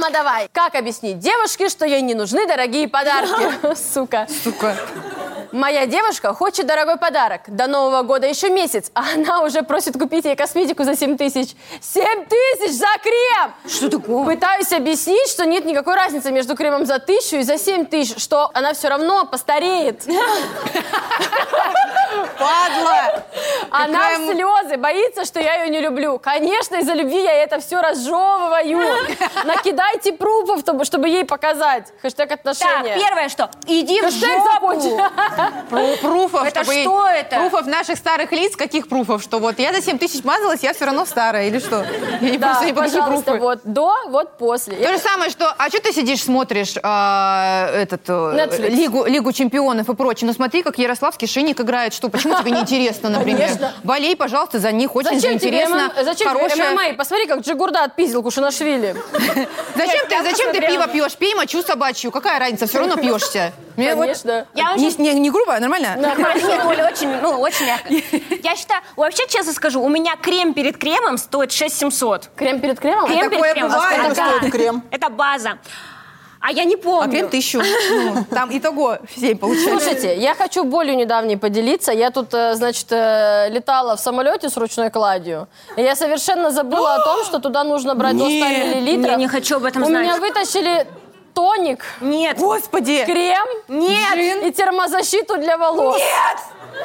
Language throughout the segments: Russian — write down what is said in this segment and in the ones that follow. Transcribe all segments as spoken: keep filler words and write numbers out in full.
Мама, давай. Как объяснить девушке, что ей не нужны дорогие подарки? Сука. Сука. Моя девушка хочет дорогой подарок. До Нового года еще месяц, а она уже просит купить ей косметику за семь тысяч. семь тысяч за крем! Что такое? Пытаюсь объяснить, что нет никакой разницы между кремом за тысячу и за семь тысяч, что она все равно постареет. Падла! Она в слезы, боится, что я ее не люблю. Конечно, из-за любви я это все разжевываю. Накидайте пруфов, чтобы ей показать. Хэштег отношения. Так, первое что? Иди в жопу! Пруфов, это чтобы... что это? Пруфов наших старых лиц? Каких пруфов? Что вот я за семь тысяч мазалась, я все равно старая, или что? Я не Да, просто не понимаю пожалуйста, пруфы. вот до, вот после. То же самое, что... А что ты сидишь, смотришь а, этот, Лигу, Лигу чемпионов и прочее? Ну смотри, как Ярославский Шинник играет. Что, почему тебе не интересно, например? Конечно. Болей, пожалуйста, за них. Очень Зачем же интересно. тебе, зачем хорошая... тебе ММА? Посмотри, как Джигурда отпиздил Кушанашвили. Зачем ты, зачем ты пиво пьешь? Пей мочу собачью. Какая разница? Все равно пьешься. Конечно. Я Не, очень... не, не грубо, а нормально? Нет, Оля, очень, ну, очень мягко. Я считаю, вообще, честно скажу, у меня крем перед кремом стоит шесть семьсот. Крем перед кремом? Крем перед такое кремом. бывает? Это, Сколько стоит крем? Это база. А я не помню. А крем тысячу. Ну, там итого семь получается. Слушайте, я хочу болью недавней поделиться. Я тут, э, значит, э, летала в самолете с ручной кладью. И я совершенно забыла о том, что туда нужно брать до ста миллилитров. Я не хочу об этом У знать. меня вытащили тоник, Нет. Господи! крем Нет. и термозащиту для волос. Нет.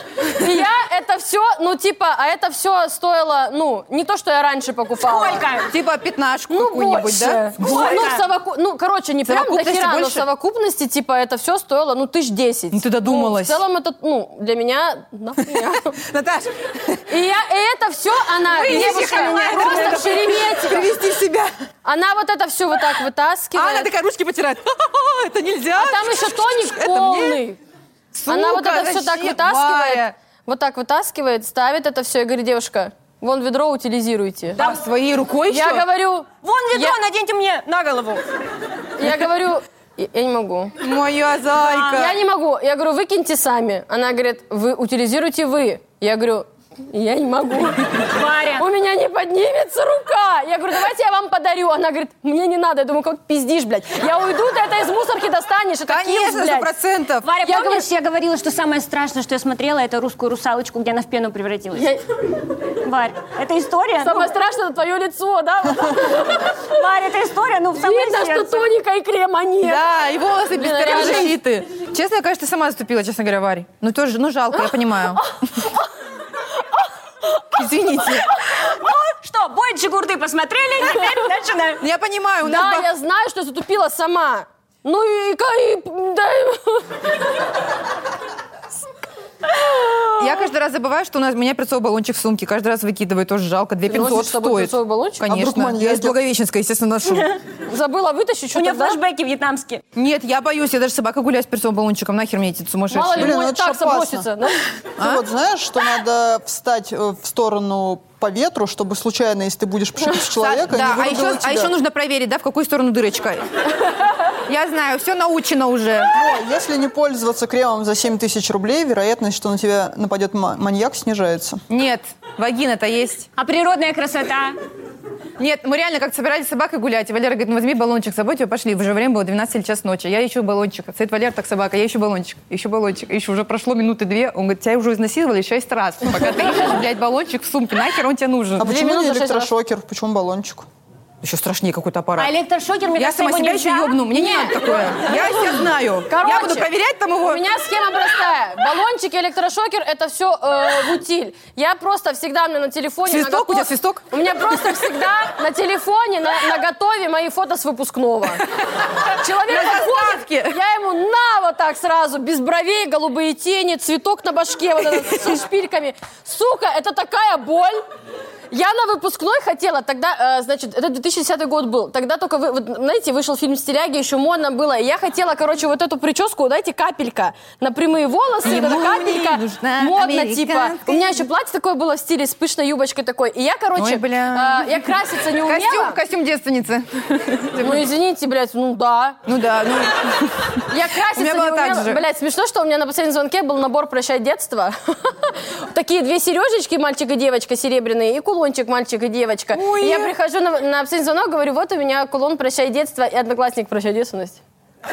И я это все, ну типа, а это все стоило, ну, не то, что я раньше покупала. Сколько? Типа пятнашку Ну, какую-нибудь, больше. да? Ну, в совоку... ну, короче, не прям до Совокупности хера, но в больше? совокупности, типа, это все стоило, ну, тысяч десять. Ну, ты додумалась. Ну, в целом, это, ну, для меня, нахуя. Наташа, И, я, и это все, она, девушка, просто в Шереметьево. привести себя. Она вот это все вот так А вытаскивает. она такая ручки потирает. Ха-ха-ха, это нельзя. А там еще тоник Это полный. Сука, Она вот это все так зачем, вытаскивает, Варя? вот так вытаскивает, ставит это все и говорит, девушка, вон ведро утилизируйте. Да, своей рукой Я что? говорю, Вон ведро, Я- наденьте мне на голову. я говорю, я, я не могу. Моя зайка. Я не могу. Я говорю, выкиньте сами. Она говорит, вы утилизируйте вы. Я говорю, я не могу. Варя. У меня не поднимется рука. Я говорю, давайте я вам подарю. Она говорит, мне не надо. Я думаю, как пиздишь, блядь. Я уйду, ты это из мусорки достанешь. Это Конечно, килс, сто блядь. процентов. Варя, Я помнишь, я говорила, что самое страшное, что я смотрела, это русскую русалочку, где она в пену превратилась? Я- Варь, это история? Самое страшное, это твое лицо, да? Ну, Варя, это история, ну, в самое Видно, что сердце. тоника и крема нет. Да, и волосы без Блин, реально. защиты. Честно, я, кажется, сама заступила, честно говоря, Варь. Ну, тоже, ну, жалко, я понимаю. Извините. Ну, что, бой Джигурды посмотрели, теперь начинаем. Я понимаю, у нас... Да, ба- я знаю, что затупила сама. Ну и... и- да. Я каждый раз забываю, что у нас у меня перцовый баллончик в сумке. Каждый раз выкидываю, тоже жалко. две тысячи пятьсот носишь с собой стоит. перцовый баллончик? А Конечно. вдруг маньяки? Я из Благовещенска, естественно, ношу. Забыла вытащить У что-то. нее да? флешбеки вьетнамские. Нет, я боюсь. Я даже собака гуляю с перцовым баллончиком. Нахер мне эти сумасшедшие. Мало ли, Блин, ну может это ж так опасно. забросится. Да? Ты вот знаешь, что надо встать э, в сторону по ветру, чтобы случайно, если ты будешь пшикать в человека, Да, не а вырубило еще, тебя. а еще нужно проверить, да, в какую сторону дырочка. Я знаю, все научено уже. Но если не пользоваться кремом за семь тысяч рублей, вероятность, что на тебя нападет ма- маньяк, снижается. Нет, вагина-то есть. А природная красота? Нет, мы реально как собирались с собакой гулять. И Валера говорит, ну возьми баллончик с собой, тебе пошли. Уже время было двенадцать или час ночи. Я ищу баллончик. Стоит Валера, так собака, я ищу баллончик. Ищу баллончик. Ищу, уже прошло минуты две. Он говорит, тебя уже изнасиловали шесть раз. Пока ты ищешь, блядь, баллончик в сумке. Нахер он тебе нужен? А почему минуты не шесть раз. электрошокер? Почему баллончик? Еще страшнее какой-то аппарат. А электрошокер, мне Я кажется, сама его себя нельзя. еще ёбну. Мне не надо такое. Я себя знаю. Короче, Я буду проверять там его. У меня схема простая. Баллончик и электрошокер — это все э, в утиль. Я просто всегда у меня на телефоне... Свисток? наготов- У тебя свисток? У меня просто всегда на телефоне на, на готове мои фото с выпускного. Человек На подходит, заставке. я ему на вот так сразу, без бровей, голубые тени, цветок на башке вот этот, со шпильками. Сука, это такая боль. Я на выпускной хотела, тогда, э, значит, это две тысячи десятый год был, тогда только, вы, вот, знаете, вышел фильм «Стиляги», еще модно было, и я хотела, короче, вот эту прическу, дайте, капелька, на прямые волосы, Ему вот эта капелька, не нужна модно, типа. американская. У меня еще платье такое было в стиле с пышной юбочкой такой, и я, короче, Ой, бля. э, я краситься не умела. Костюм, костюм девственницы. Ну, извините, блядь, ну да. Ну да, ну... Я краситься У меня не было так умела. же. Блядь, смешно, что у меня на последнем звонке был набор «Прощай детство». Такие две сережечки, мальчик и девочка, серебряные, и кулон кулончик, мальчик и девочка. И я прихожу на, на последний звонок, говорю, вот у меня кулон «Прощай детство» и одноклассник «Прощай девственность».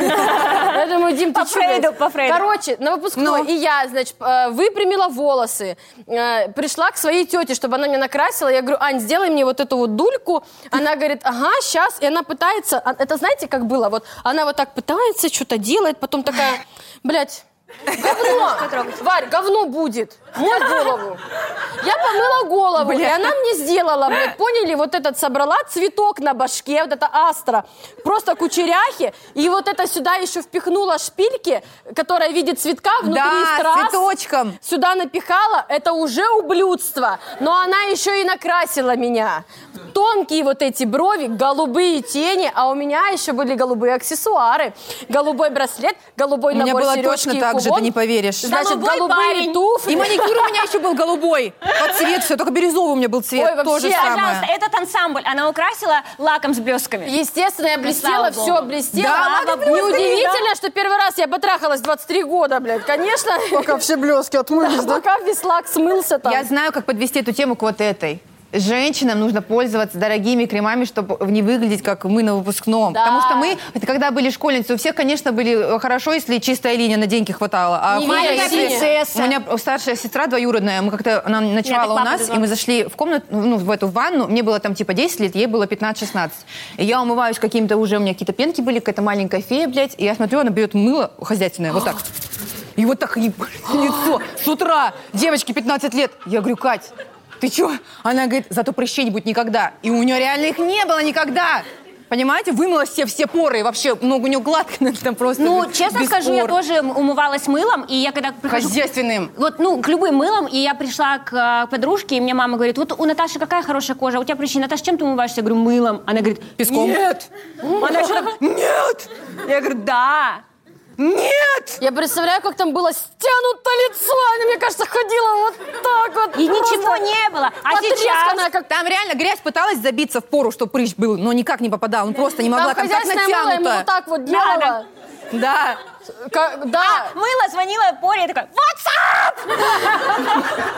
Я думаю, Дим, ты по Фрейду, по Фрейду. Короче, на выпускной, и я, значит, выпрямила волосы, пришла к своей тете, чтобы она меня накрасила. Я говорю, Ань, сделай мне вот эту вот дульку. Она говорит, ага, сейчас. И она пытается, это знаете, как было? Вот она вот так пытается, что-то делает, потом такая, блядь, говно, Варь, говно будет. Мой голову. Я помыла голову, Бля. И она мне сделала, блядь, поняли, вот этот собрала цветок на башке, вот это астра, просто кучеряхи, и вот это сюда еще впихнула шпильки, которая в виде цветка внутри да, страз. цветочком. Сюда напихала, это уже ублюдство, но она еще и накрасила меня. Тонкие вот эти брови, голубые тени, а у меня еще были голубые аксессуары, голубой браслет, голубой набор сережки и кулон. У меня было точно так же, ты не поверишь. Значит, Голубой голубые парень. туфли. И маникюр у меня еще был голубой. Под цвет все, только бирюзовый у меня был цвет. Ой, то же вообще, самое. Пожалуйста, этот ансамбль она украсила лаком с блесками. Естественно, я блестела, слава все богу. блестела. Да, А ладно, неудивительно, что первый раз я потрахалась в двадцать три года, блядь. Конечно. Пока все блески отмылись, да? Пока весь лак смылся там. Я знаю, как подвести эту тему к вот этой. Женщинам нужно пользоваться дорогими кремами, чтобы не выглядеть, как мы на выпускном. Да. Потому что мы, это когда были школьницы, у всех, конечно, были хорошо, если чистая линия на деньги хватало. А Не у меня, верю, если- принцесса. у меня старшая сестра двоюродная, мы как-то, она ночевала так у папа нас, дозвал. и мы зашли в комнату, ну, в эту ванну, мне было там типа десять лет, ей было пятнадцать-шестнадцать. И я умываюсь каким-то уже, у меня какие-то пенки были, какая-то маленькая фея, блядь, и я смотрю, она берет мыло хозяйственное, вот так. И вот так ей лицо с утра, девочке пятнадцать лет. Я говорю, Кать, ты чё? Она говорит, зато прыщей не будет никогда. И у нее реально их не было никогда. Понимаете, вымыла все, все поры, вообще много у нее гладко, там просто Ну, без- честно без скажу, я пор. тоже умывалась мылом, и я когда прихожу... Хозяйственным. Вот, ну, к любым мылам, и я пришла к э, подружке, и мне мама говорит, вот у Наташи какая хорошая кожа, у тебя прыщи, Наташа, чем ты умываешься? Я говорю, мылом. Она говорит, Песком. Нет. Она еще такая, нет. Я говорю, да. Нет! Я представляю, как там было стянуто лицо. Она, мне кажется, ходила вот так вот. И просто ничего не было. А потресканная, сейчас... как... Там реально грязь пыталась забиться в пору, чтобы прыщ был, но никак не попадал. Он просто не могла, Там там, так хозяйственное мыло ему натянуто. вот так вот делала. Да. Как- да. Мыло звонила Поре, я такая, WhatsApp!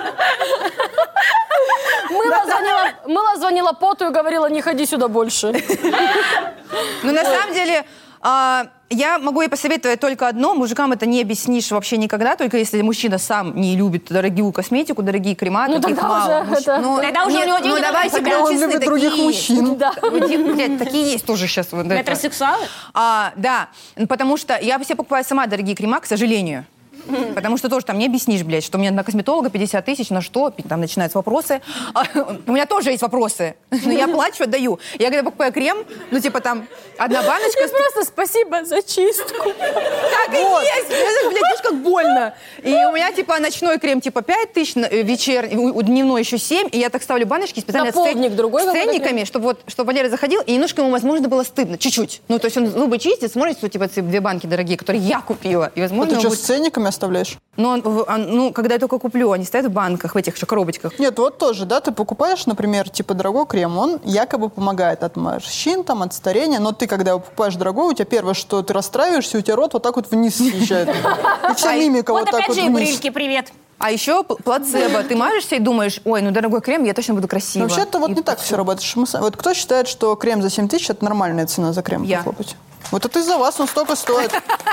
Мыло звонила, мыло звонила Поту и говорила, не ходи сюда больше. Но на самом деле, а, я могу ей посоветовать только одно. Мужикам это не объяснишь вообще никогда, только если мужчина сам не любит дорогую косметику, дорогие крема, Ну, таких тогда мало. уже Муж- это- Ну, Тогда уже у него денег ну, надо давайте тогда будем он честны, любит других такие мужчин. Да. Блядь, блядь, такие есть тоже сейчас. Вот это. Метросексуалы? А, да, потому что я себе покупаю сама дорогие крема, к сожалению. Потому что тоже там не объяснишь, блядь, что у меня на косметолога пятьдесят тысяч, на что? Там начинаются вопросы. А, у меня тоже есть вопросы. Но я плачу, отдаю. Я когда покупаю крем, ну типа там одна баночка... И просто спасибо за чистку. Так и есть! Это, блядь, знаешь, как больно. И у меня типа ночной крем типа пять тысяч, вечерний, дневной еще семь, и я так ставлю баночки специально На полдник с, другой с какой-то ценниками, чтобы вот, чтобы Валера заходил, и немножко ему, возможно, было стыдно, чуть-чуть. Ну, то есть он зубы чистит, смотрит, что типа эти две банки дорогие, которые я купила. И, А возможно, ты он что, будет- с ценниками оставляешь? Ну, он- в- он- ну, когда я только куплю, они стоят в банках, в этих еще коробочках. Нет, вот тоже, да, ты покупаешь, например, типа дорогой крем, он якобы помогает от морщин, там, от старения, но ты, когда его покупаешь дорогой, у тебя первое, что ты расстраиваешься, у тебя рот вот так вот вниз съезжает. И вся мимика Вот вот так опять вот же и вниз. брыльки, привет. А еще пл- плацебо. Ты мажешься и думаешь, ой, ну дорогой крем, я точно буду красива. Но вообще-то вот И не так все работает. что мы сами- Вот кто считает, что крем за семь тысяч – это нормальная цена за крем? Я. Похлопать? Вот это из-за вас он столько стоит.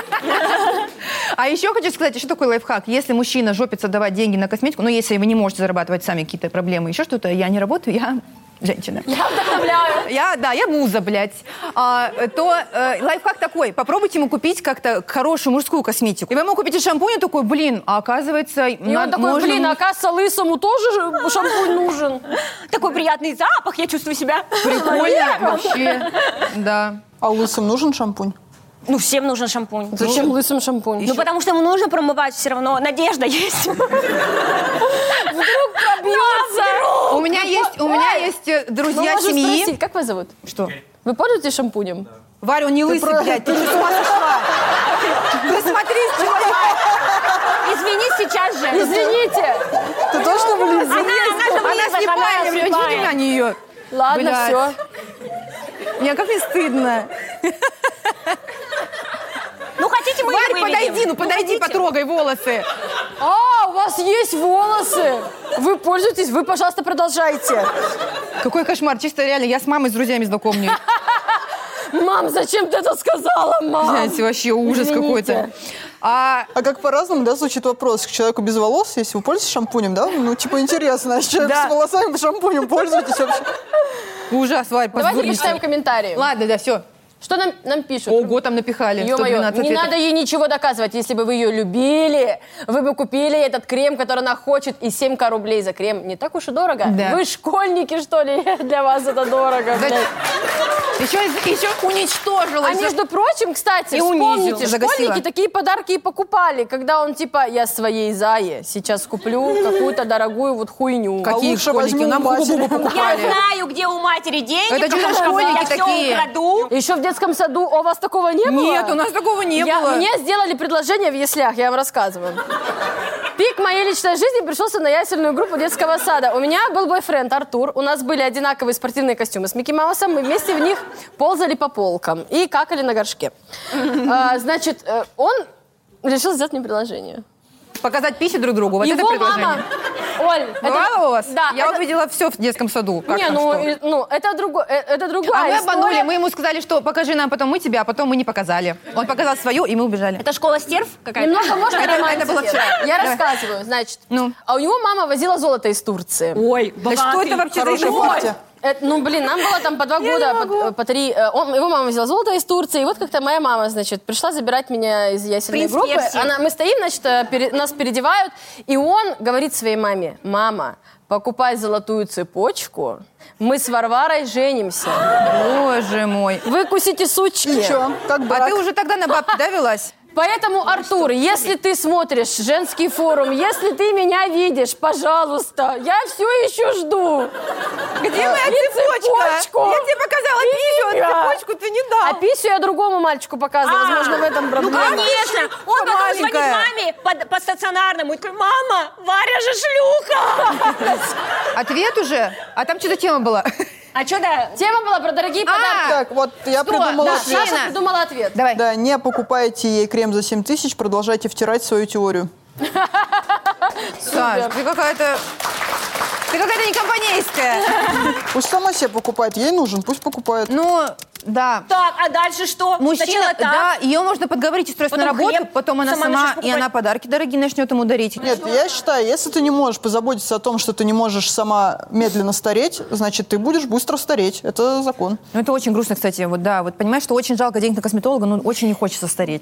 А еще хочу сказать, еще такой лайфхак. Если мужчина жопится давать деньги на косметику, ну, если вы не можете зарабатывать сами какие-то проблемы, еще что-то, я не работаю, я женщина. Я вдохновляю. Я, да, я муза, блядь. А, то э, лайфхак такой. Попробуйте ему купить как-то хорошую мужскую косметику. И вы ему купите шампунь, и такой, блин, а оказывается... И он такой, блин, оказывается, лысому тоже же шампунь нужен. Такой приятный запах, я чувствую себя. Прикольно вообще. Да. А лысым нужен шампунь? Ну, всем нужен шампунь. Зачем лысым шампунь? Ну, потому что ему нужно промывать все равно. Надежда есть. Вдруг пробьется. У меня есть, у меня есть э, Мы друзья можем семьи. спросить, как вас зовут? Что? Вы пользуетесь шампунем? Варя, он не лысый, про- блядь, ты что, с ума сошла? Ты смотри, с человека. Извини сейчас же. Извините. Ты точно влез? Она, она же Она вылезла, слепая, она блядь, слепая. видите на нее. Ладно, Блядь. все. Мне как не стыдно. Ну, хотите, мы Варь, ее выведем? подойди, ну подойди, хотите? потрогай волосы. А, у вас есть волосы. Вы пользуетесь, вы, пожалуйста, продолжайте. Какой кошмар, чисто реально, я с мамой, с друзьями знакомлюсь. Мам, зачем ты это сказала, мам? Знаете, вообще ужас Извините. какой-то. А А как по-разному, да, звучит вопрос к человеку без волос, если вы пользуетесь шампунем, да? Ну, типа, интересно, а человек Да. с волосами шампунем пользуетесь вообще? ужас, Варь, Давайте позбурлите. почитаем комментарии. Ладно, да, все. Что нам, нам пишут? Ого, там напихали. сто Ё-моё, двенадцать не ответов. надо ей ничего доказывать. Если бы вы ее любили, вы бы купили этот крем, который она хочет, и семь рублей за крем. Не так уж и дорого. Да. Вы школьники, что ли? Для вас это дорого. Да, блядь. Еще, еще уничтожила. А всё. между прочим, кстати, И унизил, вспомните, загасила. школьники такие подарки и покупали, когда он типа, я своей Зае сейчас куплю какую-то дорогую вот хуйню. Какие лучше школьники? возьму Нам у матери. губу Я покупали. знаю, где у матери деньги, Это что за потому что школьники я все такие? украду. Еще в детском саду, а у вас такого не было? Нет, у нас такого не Я- было. Мне сделали предложение в яслях, я вам рассказываю. Пик моей личной жизни пришелся на ясельную группу детского сада. У меня был бойфренд Артур, у нас были одинаковые спортивные костюмы с Микки Маусом, мы вместе в них ползали по полкам и какали на горшке. А, значит, э, он решил сделать мне предложение. Показать писи друг другу. Вот это Его предложение. мама... Оль, Бывало у вас? Да. Я это- увидела все в детском саду. Как Не, там, ну, что? и- ну, это, друго, э, это другая А мы история. обманули, мы ему сказали, что покажи нам, потом мы тебя, а потом мы не показали. Он показал свое, и мы убежали. Это школа стерв какая-то? Немного можно Это- романтики? это было вчера. Я Да. рассказываю, значит. Ну. А у него мама возила золото из Турции. Ой, Да что это вообще за Хорошая игра? партия. Это, ну, блин, нам было там по два года, по, по три. э, Он, его мама взяла золото из Турции, и вот как-то моя мама, значит, пришла забирать меня из ясельной Принц группы. Персии. Она, мы стоим, значит, э, пере- нас переодевают, и он говорит своей маме: мама, покупай золотую цепочку, мы с Варварой женимся. Боже мой. Выкусите сучки. И чё, как А брак? ты уже тогда на бабки, да, велась? Поэтому, Артур, если ты смотришь женский форум, если ты меня видишь, пожалуйста, я все еще жду. Где моя И цепочка? цепочку. Я тебе показала И писю, тебя. а цепочку ты не А дал. писю я другому мальчику показывала, возможно, в этом Ну, проблема. конечно. Он потом звонит Маленькая. маме по, по стационарному и такой: мама, Варя же шлюха. Ответ уже? А там что-то тема была. А что да? Тема была про дорогие подарки. Так, вот я Что? придумала Да, ответ. Саша Лена. придумала ответ. Давай. Да, не покупайте ей крем за семь тысяч, продолжайте втирать свою теорию. Саш, ты какая-то... Ты какая-то некомпанейская. Пусть сама себе покупает, ей нужен, пусть покупает. Ну, да. Так, а дальше что? Мужчина, Сначала так. да, ее можно подговорить устроиться на Потом работу, хлеб, потом она сама сама, начнешь и покупать. она подарки дорогие начнет ему дарить. Нет, я считаю, если ты не можешь позаботиться о том, что ты не можешь сама медленно стареть, значит, ты будешь быстро стареть. Это закон. Ну, это очень грустно, кстати, вот, да. Вот понимаешь, что очень жалко денег на косметолога, но очень не хочется стареть.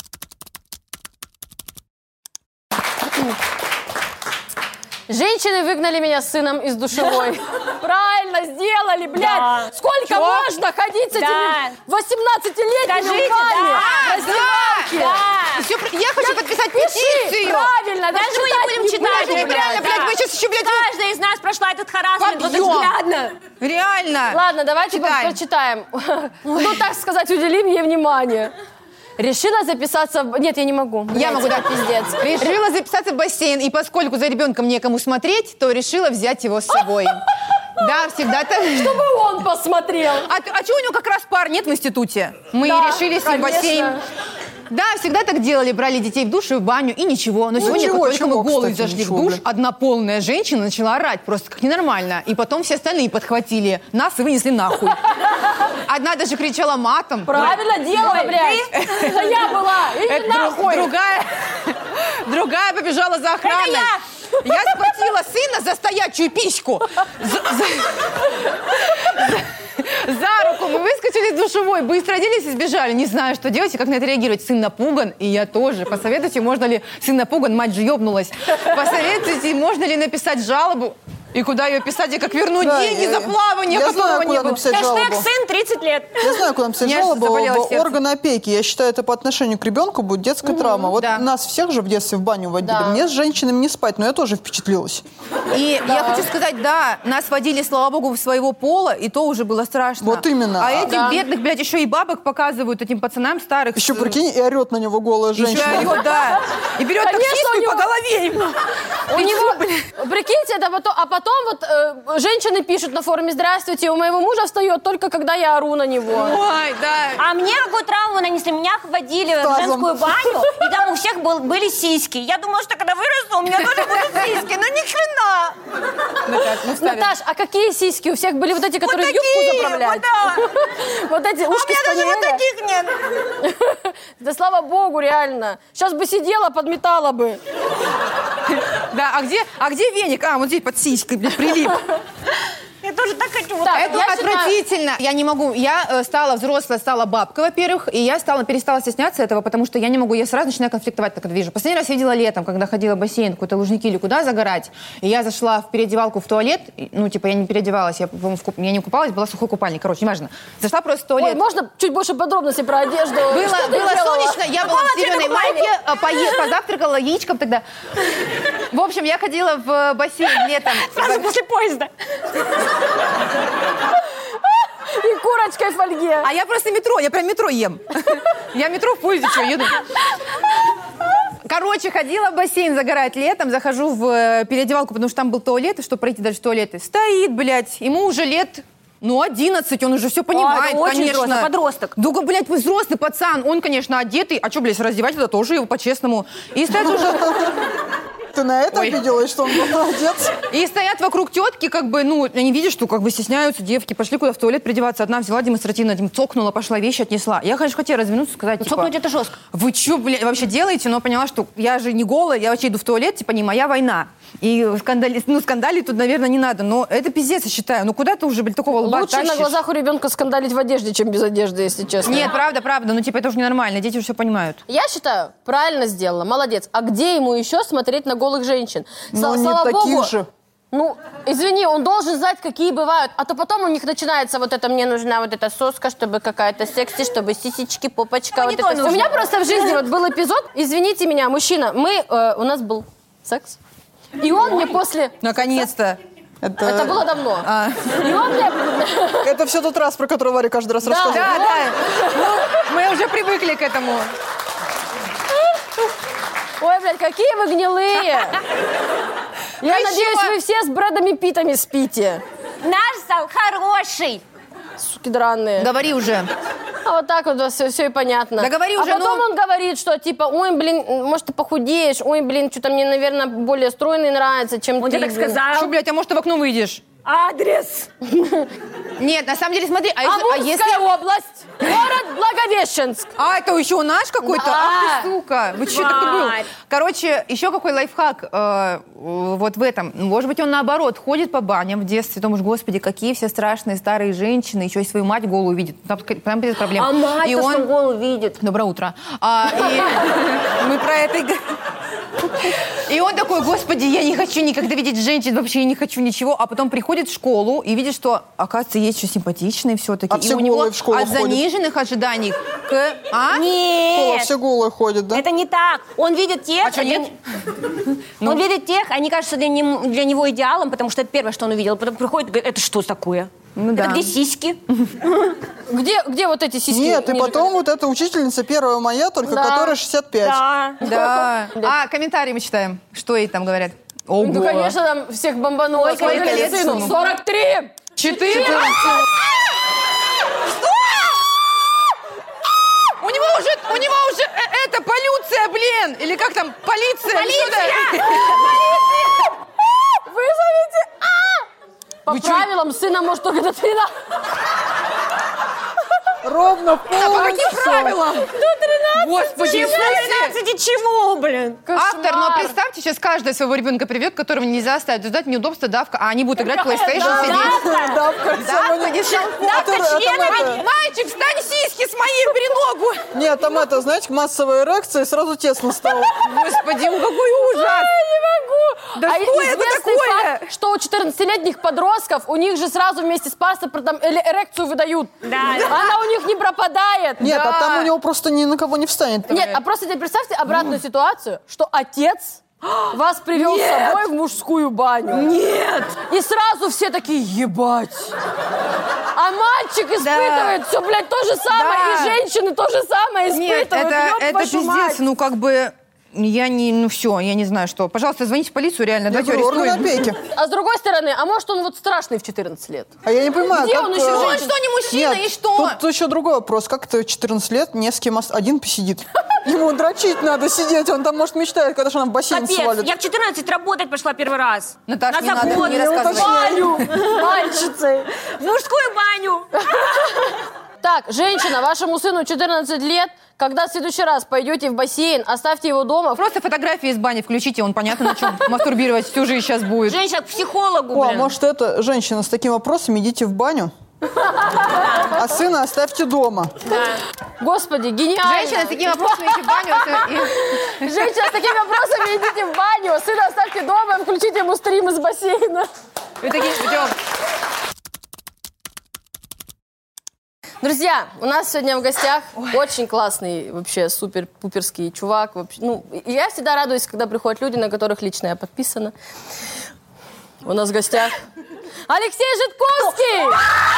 Женщины выгнали меня с сыном из душевой. Правильно сделали, блядь. Да. Сколько Чё? можно ходить с Да. этими восемнадцатилетними Скажите, руками? да, в раздевалке? Да. Всё, я хочу подписать Пиши, петицию. правильно. Даже мы не будем читать. будем, блядь, реально, блядь, да. мы сейчас еще, блядь, Каждая из нас прошла этот харассмент вот Побьём. взглядно. Реально. Ладно, давайте Читаем. прочитаем. Ну, так сказать, уделим ей внимание. Решила записаться... в- Нет, я не могу. Я Блядь, могу, да. Пиздец. Решила записаться в бассейн, и поскольку за ребенком некому смотреть, то решила взять его с собой. Да, всегда так. Чтобы он посмотрел. А, а что у него как раз пар нет в институте? Мы Да, решили с ним конечно. бассейн. Да, всегда так делали, брали детей в душ и в баню, и ничего. Но сегодня, ничего, как только мы чего, голые кстати, зашли ничего, в душ, блин. одна полная женщина начала орать просто как ненормально. И потом все остальные подхватили нас и вынесли нахуй. Одна даже кричала матом. Правильно делала, блядь. Это я была. Иди Это друг- нахуй. другая, другая побежала за охраной. Я схватила сына за стоячую письку. За, за- за руку мы выскочили из душевой, быстро оделись и сбежали. Не знаю, что делать и как на это реагировать. Сын напуган, и я тоже. Посоветуйте, можно ли... Сын напуган, мать же ёбнулась. Посоветуйте, можно ли написать жалобу. И куда ее писать, и как вернуть Да, деньги я- за плавание, я которого знаю, не куда было. написать Хэштег жалобу. сын тридцать лет. Я знаю, куда написать У меня жалобу заболело в сердце. органы опеки. Я считаю, это по отношению к ребенку будет детская травма. Вот да. нас всех же в детстве в баню водили. Да. Мне с женщинами не спать, но я тоже впечатлилась. И я хочу сказать, да, нас водили, слава богу, в своего пола, и то уже было страшно. Вот именно. А А, этих да. бедных, блядь, еще и бабок показывают этим пацанам старых. Еще с- прикинь, и орет на него голая Еще женщина. орёт, да. И берет Конечно, таксистку у и него- по голове ему. У него, прикиньте, это потом, а потом потом вот э, женщины пишут на форуме: здравствуйте, у моего мужа встает только когда я ору на него. Ой, да. А мне какую травму нанесли? Меня водили в Тазом. женскую баню, и там у всех был, были сиськи. Я думала, что когда вырасту, у меня тоже будут сиськи. Ну ни хрена. Наташ, ну, ставим. Наташ, а какие сиськи? У всех были вот эти, которые Вот юбку такие, заправляют? вот, Вот эти А у ушки меня даже вот спаниеля. таких нет. Да слава богу, реально. Сейчас бы сидела, подметала бы. Да, а где, а где веник? А, вот здесь под сиськой, блин, прилип. Я тоже так хочу. Вот Так, Это я считаю- отвратительно. Я не могу. Я э, стала взрослая, стала бабкой, во-первых, и я стала, перестала стесняться этого, потому что я не могу. Я сразу начинаю конфликтовать, так это вижу. Последний раз видела летом, когда ходила в бассейн, какой-то Лужники или куда загорать, и я зашла в переодевалку в туалет, и, ну, типа, я не переодевалась, я, по-моему, в куп... я не купалась, была сухой купальник, короче, неважно. Зашла просто в туалет. Ой, можно чуть больше подробностей про одежду? Было, Что ты было делала? солнечно, я была в зеленой майке, а, пое- позавтракала яичком тогда. В общем, я ходила в бассейн летом. Сразу после поезда. И курочкой в фольге. А я просто метро, я прям метро ем. Я метро в поезде, что, еду. Короче, ходила в бассейн загорать летом, захожу в э, переодевалку, потому что там был туалет, и чтобы пройти дальше в туалеты. Стоит, блядь, ему уже лет, ну, одиннадцать, он уже все понимает, это очень конечно. взрослый, подросток. Дуга, блядь, вы взрослый пацан, он, конечно, одетый. А что, блядь, раздевать это тоже его по-честному. И стоят уже... Ты на это Ой. обиделась, что он был молодец? И стоят вокруг тетки, как бы, ну, они видят, что как бы стесняются девки, пошли куда в туалет придеваться. Одна взяла демонстративно, этим цокнула, пошла, вещи отнесла. Я, конечно, хотела развернуться, сказать, типа... Цокнуть это жестко. Вы что, блядь, вообще делаете? Но поняла, что я же не голая, я вообще иду в туалет, типа, не моя война. И скандали... ну, скандалить тут, наверное, не надо. Но это пиздец, я считаю. Ну, куда ты уже, блядь, такого лба Лучше на тащишь? глазах у ребенка скандалить в одежде, чем без одежды, если честно. Нет, правда, правда. Ну, типа, это уже ненормально. Дети уже все понимают. Я считаю, правильно сделала, молодец. А где ему еще смотреть на голых женщин? Ну, Сла- не слава таких богу, же. Ну, извини, он должен знать, какие бывают. А то потом у них начинается вот это, мне нужна вот эта соска, чтобы какая-то секси, чтобы сисечки, попочка. Вот не то это. У нужно. меня просто в жизни вот был эпизод, извините меня, мужчина, мы, э, у нас был секс, и он мне после... Наконец-то. Это, Это было давно. А. И он мне... это все тот раз, про который Варя каждый раз Да. рассказывает. Да, да. Ну, мы уже привыкли к этому. Ой, блядь, какие вы гнилые! Я Ну, надеюсь, еще- вы все с Брэдами Питтами спите. Наш зал хороший. Суки драные. Говори уже. А вот так вот все, все и понятно. Да говори а уже, потом ну. он говорит, что типа, ой, блин, может, ты похудеешь, ой, блин, что-то мне, наверное, более стройный нравится, чем Он ты. тебе так блин». сказал. Что, блядь, а может, ты в окно выйдешь? Адрес. Нет, на самом деле, смотри, а если... а Амурская если... область, город Благовещенск. А, это еще наш какой-то? Да. Ах ты, сука. Вы что такой был? Вай. Короче, еще какой лайфхак э, вот в этом. Может быть, он наоборот ходит по баням в детстве, потому что, господи, какие все страшные старые женщины, еще и свою мать голую видит. Там, там без проблем. А мать И то, он... что голову видит. Доброе утро. А, и мы про это и говорим. И он такой, господи, я не хочу никогда видеть женщин, вообще я не хочу ничего. А потом приходит в школу и видит, что, оказывается, есть еще симпатичные все-таки. А и все у него голые в школу от ходят. заниженных ожиданий к... А? О, Нет. все голые ходят, да? Это не так. Он видит тех... А что, нет? Он видит тех, они кажутся для, нем- для него идеалом, потому что это первое, что он увидел. Потом приходит и говорит, это что такое? Ну это да. где сиськи? Где, где вот эти сиськи? Нет, и ниже потом вот эта учительница первая моя, только Да. которая шестьдесят пять. Да. Да. А, комментарии мы читаем. Что ей там говорят? Ого. Ну, конечно, там всех бомбануло. Сколько Смотрели лет сыну. сыну? сорок три! Четыре? У него уже, у него уже э, это, полюция, блин! Или как там, полиция? Полиция! Вызовите! А! По Вы чё? правилам сына может только до тринадцати. Ровно По каким полностью. правилам? До тринадцати. Господи, в смысле? тринадцати чего, блин? Автор, но представьте, сейчас каждый своего ребенка приведет, которого нельзя оставить. Ждать неудобства, давка, а они будут играть в PlayStation, сидеть. Да, в конце Да, они- конечно. А ты- а там это- Мальчик, встань, сиськи с моей, бери ногу. Нет, там это, знаете, массовая эрекция, и сразу тесно стало. Господи, ну какой ужас. Не могу! Да а что это известный такое? факт, что у четырнадцатилетних подростков у них же сразу вместе с паспортом эле- эрекцию выдают. Да. Она у них не пропадает. Нет, Да. а там у него просто ни на кого не встанет. Нет, а просто теперь представьте обратную ситуацию, что отец вас привел с собой в мужскую баню. Нет. И сразу все такие, ебать. А мальчик испытывает все, блядь, то же самое. Да. И женщины то же самое Нет, испытывают. это, Ёб это вашу пиздец, мать. ну как бы... Я не, ну все, я не знаю, что. Пожалуйста, звоните в полицию, реально, Я давайте говорю, органы арестуем. опеки. А с другой стороны, а может он вот страшный в четырнадцать лет? А я не понимаю, Где как... он еще э, Ну, он женщин? что, не мужчина, Нет, и что? Тут еще другой вопрос. Как ты в четырнадцать лет не с кем ос- один посидит? Ему дрочить надо сидеть, он там, может, мечтает, когда же нам в бассейн Капец, свалит. я в четырнадцать работать пошла первый раз. Наташ, На не надо, завод. не рассказывай. Баню, мальчицей. В мужскую баню. Так, женщина, вашему сыну четырнадцать лет. Когда в следующий раз пойдете в бассейн, оставьте его дома. Просто фотографии из бани включите, он понятно, на чем мастурбировать всю жизнь сейчас будет. Женщина к психологу, О, а блин. может, это, женщина, с таким вопросом идите в баню, а сына оставьте дома. Господи, гениально. Женщина с такими вопросами идите в баню. и- Женщина, с такими вопросами идите в баню, сына оставьте дома и включите ему стрим из бассейна. И такие, идем. Друзья, у нас сегодня в гостях очень классный, вообще супер-пуперский чувак. Вообще, ну, и я всегда радуюсь, когда приходят люди, на которых лично я подписана. У нас в гостях Алексей Жидковский!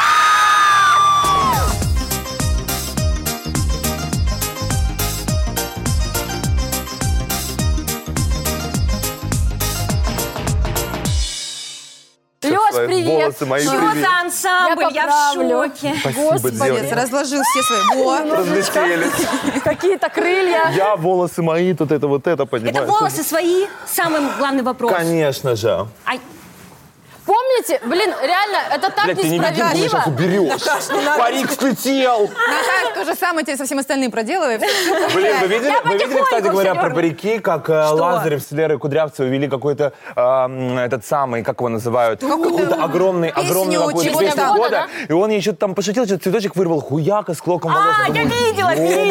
Лёш, Свои привет! волосы мои, Что привет. за ансамбль? Я Я, в поправлю. шоке. Спасибо, Молодец, девочка. разложил все свои. Во. Разлетелись. Какие-то крылья. Я, волосы мои, тут это вот это, понимаешь? Это волосы свои, самый главный вопрос. Конечно же. Ай, Помните? Блин, реально, это так Блядь, ты не видишь, ты несправедливо. сейчас уберешь. Парик слетел. Наташ, то же самое тебе со всем остальным проделывай. Блин, вы видели, Я вы видели, потихоньку кстати говоря, всё про дёрну. парики, как э, Лазарев с Лерой Кудрявцевой вели какой-то, эм, этот самый, как его называют, какой-то огромный, огромный Песню, какой-то чего песню там. года. И он ей что-то там пошутил, что-то цветочек вырвал, хуяка с клоком волос. А, я думаю, видела,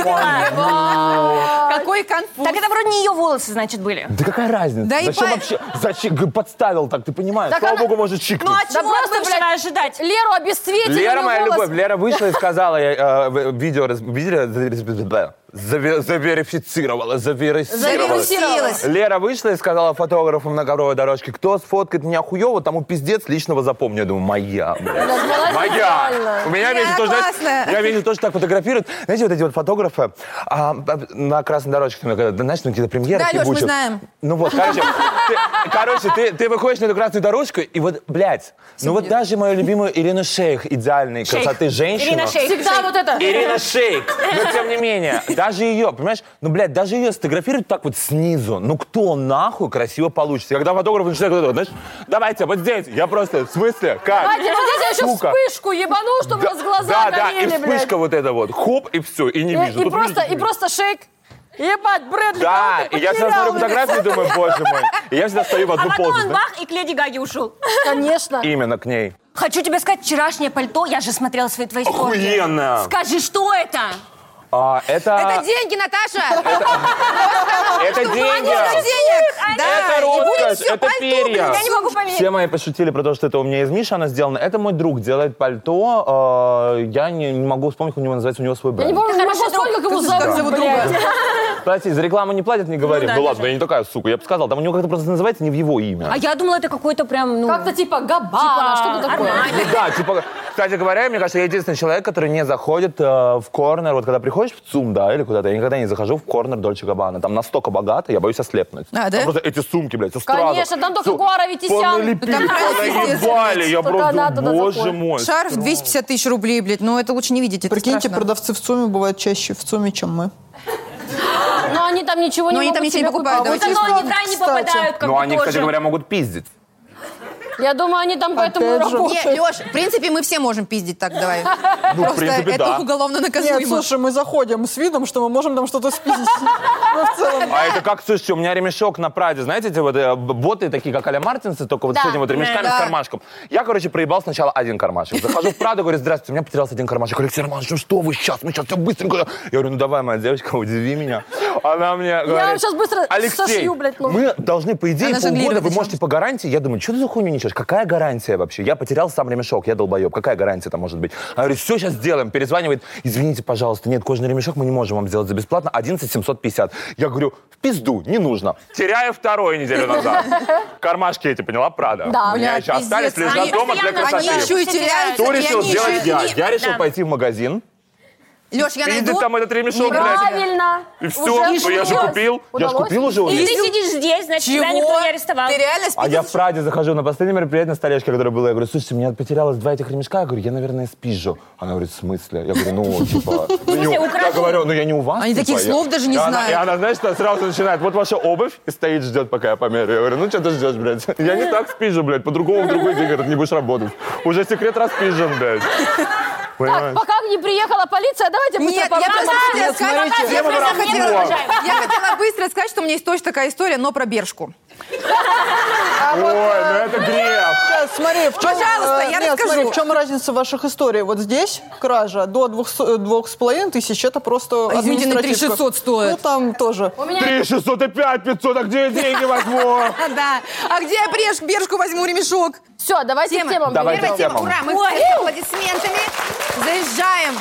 видела. Какой конфуз. Так это вроде не ее волосы, значит, были. Да какая разница? Да и Зачем по- вообще? Зачем? Г- Подставил так, ты понимаешь? Так Слава она- богу, может чикнуть. Ну а Да чего просто, от бывшего блядь, ожидать? Леру обесцветили. Лера, у моя неё волос. любовь, Лера вышла и сказала, я, э, в- видео, раз- видели, Заве- заверифицировала, заверифицировала. Заверифицировалась. Лера вышла и сказала фотографу на ковровой дорожке, кто сфоткает меня хуёво, тому пиздец, личного запомню. Я думаю, моя, блядь. Моя. У меня Я весь тоже, знаете, классная. я вижу тоже так фотографируют. Знаете, вот эти вот фотографы а, а, на красной дорожке, ну, когда, знаешь, на какие-то премьеры. Да, Лёш, мы ебучие. знаем. Ну вот, короче, ты, короче, ты, ты выходишь на эту красную дорожку, и вот, блядь, ну вот даже мою любимую Ирину Шейх, идеальной Шейх. красоты женщину. Ирина Шейх. Всегда вот это. Ирина Шейк. Но тем не менее, даже ее, понимаешь, ну, блядь, даже ее сфотографируют так вот снизу. Ну, кто нахуй красиво получится? Когда фотограф начинает вот это, вот, знаешь, давайте, вот здесь. Я просто, в смысле, как? Давайте, вот здесь я еще Сука. вспышку ебану, чтобы у нас глаза да, да, и горели, блядь. вспышка вот эта вот. Хоп, и все, и не И, вижу. и Тут просто, видите, и просто шейк. Ебать, Брэдли, да, кого ты и я всегда потерял, смотрю блядь? фотографии и думаю, боже мой. И я всегда стою в А одну потом позу. он да? бах и к Леди Гаге ушел. Конечно. Именно к ней. Хочу тебе сказать, вчерашнее пальто, я же смотрела свои твои сторки. Охуенно. Скажи, что это? А, это... Это деньги, Наташа! Это деньги. денег! Да, Это и будет роскошь, всё это пальто, перья. блин, Я не могу поверить. Все мои пошутили про то, что это у меня из Миши она сделана. Это мой друг делает пальто. э, Я не, не могу вспомнить, как у него называется, у него свой Я бренд. не помню, не могу хороший вспомнить, как его Как зовут, зовут блядь. друга? Кстати, за рекламу не платят, не говорит. Ну да, Ну, ладно, даже. я не такая сука. Я бы сказал, там у него как-то просто называется не в его имя. А я думала, это какой-то прям, ну... Как-то типа Габбана, Типа что-то такое. Армани. Ну да, типа, кстати говоря, мне кажется, я единственный человек, который не заходит э, в корнер. Вот когда приходишь в ЦУМ, да, или куда-то, я никогда не захожу в корнер Дольче Габбана. Там настолько богато, я боюсь ослепнуть. А, да? Там просто эти сумки, блядь, со стразов. Конечно, там только Всё Гуара Ветисян. поналепили, Там красиво, понаебали. Я Только она просто, туда боже заходит. мой. Шарф двести пятьдесят тысяч рублей, блядь. Ну, это лучше не видеть, это Прикиньте, страшно. продавцы в ЦУМе бывают чаще в ЦУМе, чем мы. Но они там ничего Но не они там могут ничего не себе покупают, купить. давайте Вот оно, они в рай не Кстати. попадают, как Ну, бы они, кстати тоже. говоря, могут пиздить. Я думаю, они там поэтому и Опять же. работают. Не, Леш, в принципе, мы все можем пиздить так, давай. Ну, в Просто принципе, это да. уголовно Нет, наказуемо. слушай, мы заходим с видом, что мы можем там что-то спиздить. Ну, в целом. А это как, слушайте, у меня ремешок на Праде, знаете, эти вот э, боты такие, как а-ля Мартинсы, только вот Да. с этими вот ремешками Да. с кармашком. Я, короче, проебал сначала один кармашек. Захожу в Праду, говорю, здравствуйте, у меня потерялся один кармашек. Алексей Романович, ну что вы сейчас, мы сейчас все быстренько. Я говорю, ну давай, моя девочка, удиви меня. Она мне говорит, вам сейчас быстро Алексей, сошью, блядь, ну». мы должны, по идее, Она полгода, жонглирует вы еще. можете по гарантии. Я думаю, что ты за хуйню несешь? Какая гарантия вообще? Я потерял сам ремешок, я долбоеб. Какая гарантия там может быть? Она говорит, все, сейчас сделаем. Перезванивает, извините, пожалуйста, нет, кожаный ремешок мы не можем вам сделать за бесплатно, одиннадцать семьсот пятьдесят. Я говорю, в пизду, не нужно. Теряю вторую неделю назад. Кармашки эти, поняла, Прада? Да. У меня Блядь, еще остались, пиздец. лежат Они дома для постоянно- красоты. Они еще и теряются. Что и решил они еще сделать и- я? и- Я решил Да. пойти в магазин Леш, я Пиздит найду. там этот ремешок, блядь. Правильно. И все, Уже ну я же удалось. купил. Я же Удалось? купил уже. Если уже. ты сидишь здесь, значит, тебя никто не арестовал. Ты реально А я в спидишь? Праде захожу на последнее мероприятие на столешке, которое было. Я говорю, слушайте, у меня потерялось два этих ремешка. Я говорю, я, наверное, спизжу. Она говорит, в смысле? Я говорю, ну, типа... ну, не у- Я говорю, ну я не у вас. Они типа, таких я- слов даже не И она- знают. И она, знаешь, что сразу начинает, вот ваша обувь, и стоит, ждет, пока я померю. Я говорю, ну что ты ждешь, блядь? Я не так спизжу, блядь, по-другому в другой день, говорит, не будешь работать. Уже секрет распизжен, блядь. Так, Понимаешь? пока не приехала полиция, давайте быстро Нет, я поговорим. просто хотела Нет, сказать, смотрите, я тема просто разговора. хотела- я хотела быстро сказать, что у меня есть тоже такая история, но про Бершку. А вот, Ой, ну э, это грех. Сейчас, смотри, в чем, Пожалуйста, э, я нет, расскажу. смотри, в чем разница ваших историй? Вот здесь кража до двух, с- двух с половиной тысяч, это просто А, извините, на административка. три шестьсот стоит. Ну, там тоже. У меня Три шестьсот и пять пятьсот, а где я деньги возьму? Да. А где я брешь, Бершку возьму ремешок? все, давайте Тема. к темам. Давайте перейдем. Первая к тема. темам. Ура, мы с аплодисментами заезжаем.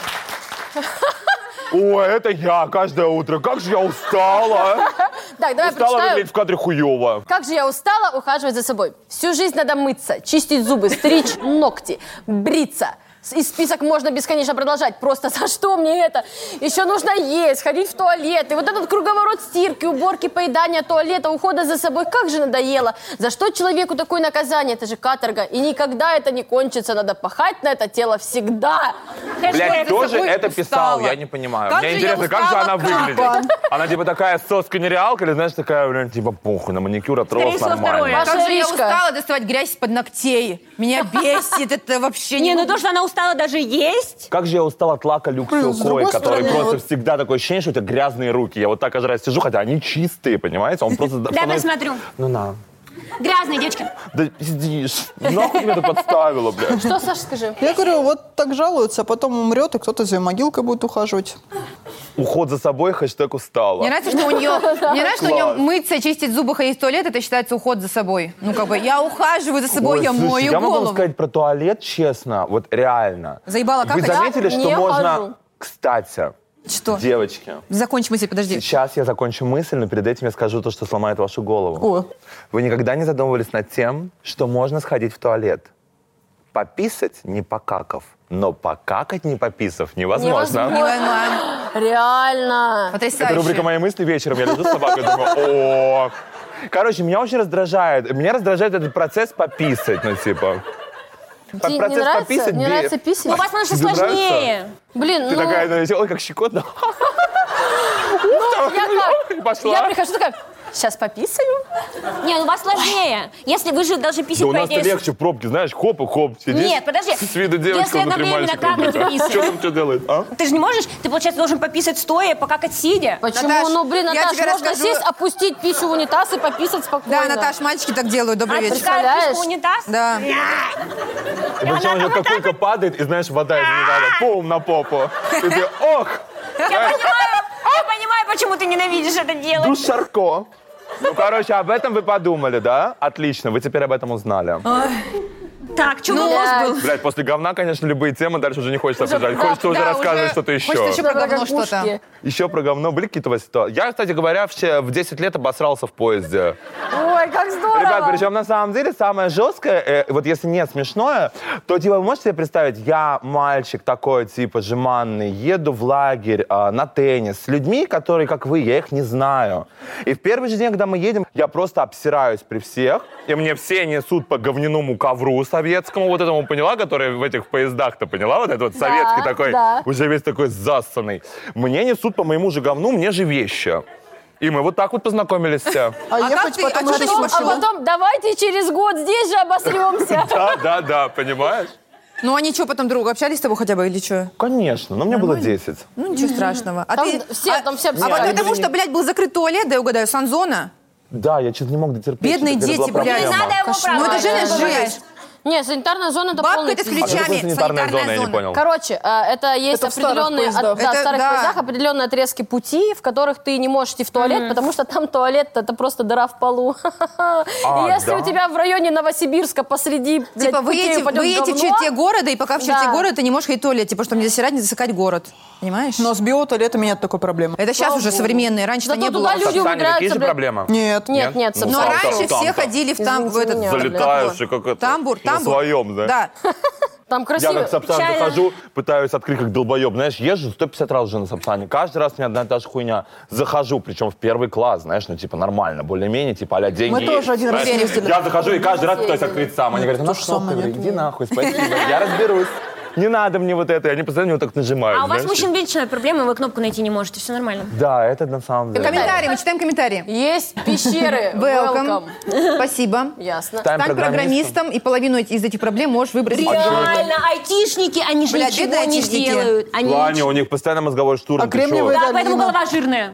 Ой, это я каждое утро. Как же я устала. Так, давай Устала прочитаю. выглядеть в кадре хуёво. Как же я устала ухаживать за собой. Всю жизнь надо мыться, чистить зубы, стричь ногти, бриться. И список можно бесконечно продолжать. Просто за что мне это? Еще нужно есть, ходить в туалет. И вот этот круговорот стирки, уборки, поедания туалета, ухода за собой. Как же надоело. За что человеку такое наказание? Это же каторга. И никогда это не кончится. Надо пахать на это тело всегда. Блядь, за тоже собой это устала. писал, я не понимаю. Как Мне же интересно, я как же она устала, выглядит? Она типа такая соска нереалка или, знаешь, такая, блин, типа похуй, на маникюр отрос Скорее всего, нормально. второе. Ваша Как же я Иришка. устала доставать грязь из-под ногтей. Меня бесит это вообще. Не, ну могу. то, что она устала даже есть. Как же я устал от лака Люкс Блин, с Силкой, другой который стороны, просто вот- всегда такое ощущение, что у тебя грязные руки. Я вот так каждый раз сижу, хотя они чистые, понимаете? Он просто... Дай становится- посмотрю. Ну на. Грязные девочки. Да пиздишь. Нахуй меня это подставила, блядь. Что, Саша, скажи? Я говорю, вот так жалуются, а потом умрет, и кто-то за ее могилкой будет ухаживать. Уход за собой, хэштег устала. Мне нравится, что у нее, мне нравится, что у нее Класс. мыться, чистить зубы, ходить в туалет, это считается уход за собой. Ну, как бы, я ухаживаю за собой, Ой, я слушай, мою я могу голову. вам сказать про туалет, честно, вот реально. Заебала Вы какать? заметили, Я что не можно... хожу. Кстати, Что? девочки, Закончи мысль, подожди. сейчас я закончу мысль, но перед этим я скажу то, что сломает вашу голову. О. Вы никогда не задумывались над тем, что можно сходить в туалет? Пописать, не покакав, но покакать, не пописав, невозможно. Невозможно. Не понимаю. Реально. Потрясающе. Это рубрика «Мои мысли» вечером. Я лежу с собакой и думаю, о. Короче, меня очень раздражает. Меня раздражает этот процесс пописать, ну типа. Тебе не Процесс нравится? пописать Не бе- нравится Ну, у писать? вас, может, Тебе нравится? сложнее. Блин, Ты ну... такая, знаете, ой, как щекотно. Я как? И пошла. Я прихожу такая, сейчас пописаю. Не, ну у вас сложнее. Если вы же должны писать Да у по нас-то идее, легче в пробке, знаешь, хоп и хоп. Сидишь, Нет, подожди. с виду девочка Если внутри одновременно мальчика. какать и писать. Что там что делает, а? Ты же не можешь, ты, получается, должен пописать стоя, покакать сидя. Почему? Наташ, ну, блин, я Наташ, тебе можно расскажу- сесть, опустить пищу в унитаз и пописать спокойно. Да, Наташ, мальчики так делают. Добрый А, вечер. пускай представляешь? пишешь в унитаз? Да. И причем уже какой-то падает, и знаешь, вода из унитаза, пум на попу. И ты, ох, Я понимаю, я понимаю, почему ты ненавидишь это делать. душ Шарко. Ну, короче, об этом вы подумали, да? Отлично, вы теперь об этом узнали. Так, что Ну, вопрос был? Блять, после говна, конечно, любые темы дальше уже не хочется Уже, обсуждать. да, Хочется уже да, рассказывать уже что-то еще. хочется еще про говно Ракушки. что-то. Еще про говно. Были какие-то у вас ситуации? Я, кстати говоря, в в десять лет обосрался в поезде. Ой, как здорово. Ребят, причем на самом деле самое жесткое, э, вот если не смешное, то типа вы можете себе представить, я мальчик такой типа жеманный, еду в лагерь э, на теннис с людьми, которые как вы, я их не знаю. И в первый же день, когда мы едем, я просто обсираюсь при всех, и мне все несут по говняному ковру советскому, вот этому, поняла, который в этих поездах-то, поняла, вот этот вот Да, советский такой, да. уже весь такой зассанный. Мне несут по моему же говну, мне же вещи. И мы вот так вот познакомились все. А, как ехать ты- потом а на что ты Потом- машину? а потом давайте через год здесь же обосремся. Да, да, да, понимаешь? Ну, они что, потом друг общались с тобой хотя бы или что? Конечно, но мне было десять. Ну, ничего страшного. А Там ты... все- а- там все А вот обсирались. потому что, блядь, был закрыт туалет, да я угадаю, санзона. Да, я что-то не мог дотерпеть. Бедные что-то дети, была блядь. проблема. Не надо его Кош- Ну, это же да, да, жесть. Не, санитарная зона это Бабка полный это с пиздец. А что такое ключами. санитарная зона, я не зона. понял. Короче, э, это есть Это в старых определенные, от- поездах. да, в Это старых да. поездах определенные отрезки пути, в которых ты не можешь идти в туалет, потому что там туалет это просто дыра в полу. И если да? у тебя в районе Новосибирска посреди блядь, Типа вы путей едете, упадет вы едете в говно, черте города, и пока в черте Да. города ты не можешь ходить в туалет, типа, чтобы не засирать, не засыкать город. Понимаешь? Но с биотуалетами нет такой проблемы. Это сейчас Слава уже богу. современные, раньше-то Зато не было. туда люди Саня, какие умудряются, же блядь. проблемы? Нет. Нет, нет, Ну, Но совсем. там-то, раньше все там-то. ходили в там, в Извините этот... меня, Залетаешь как его? и как это, Тамбур, на тамбур. своем, да? Да. Там красиво. Я как Сапсан Печально. захожу, пытаюсь открыть как долбоеб. Знаешь, езжу сто пятьдесят раз уже на Сапсане. Каждый раз у меня одна и та же хуйня. Захожу, причем в первый класс, знаешь, ну типа нормально, более-менее, типа а-ля деньги Мы есть, тоже один раз знаешь. ездили. Я захожу и каждый раз пытаюсь открыть сам. Они говорят, ну же что, самое говорю, нет. иди нахуй, спасибо, я разберусь. Не надо мне вот это. И они постоянно вот так нажимают. А у вас, знаешь. мужчин, вечно проблемы, вы кнопку найти не можете, все нормально. Да, это на самом деле. Комментарии, мы читаем комментарии. Есть пещеры. Welcome. Спасибо. Ясно. Стань Стань программистом, и половину из этих проблем можешь выбросить. Реально, айтишники, они же Блядь, ничего бедные не айтишники. сделают. В Они плане, ничего- у них постоянно мозговой штурм. А ты чё? кремниевая Да, поэтому долина? голова жирная.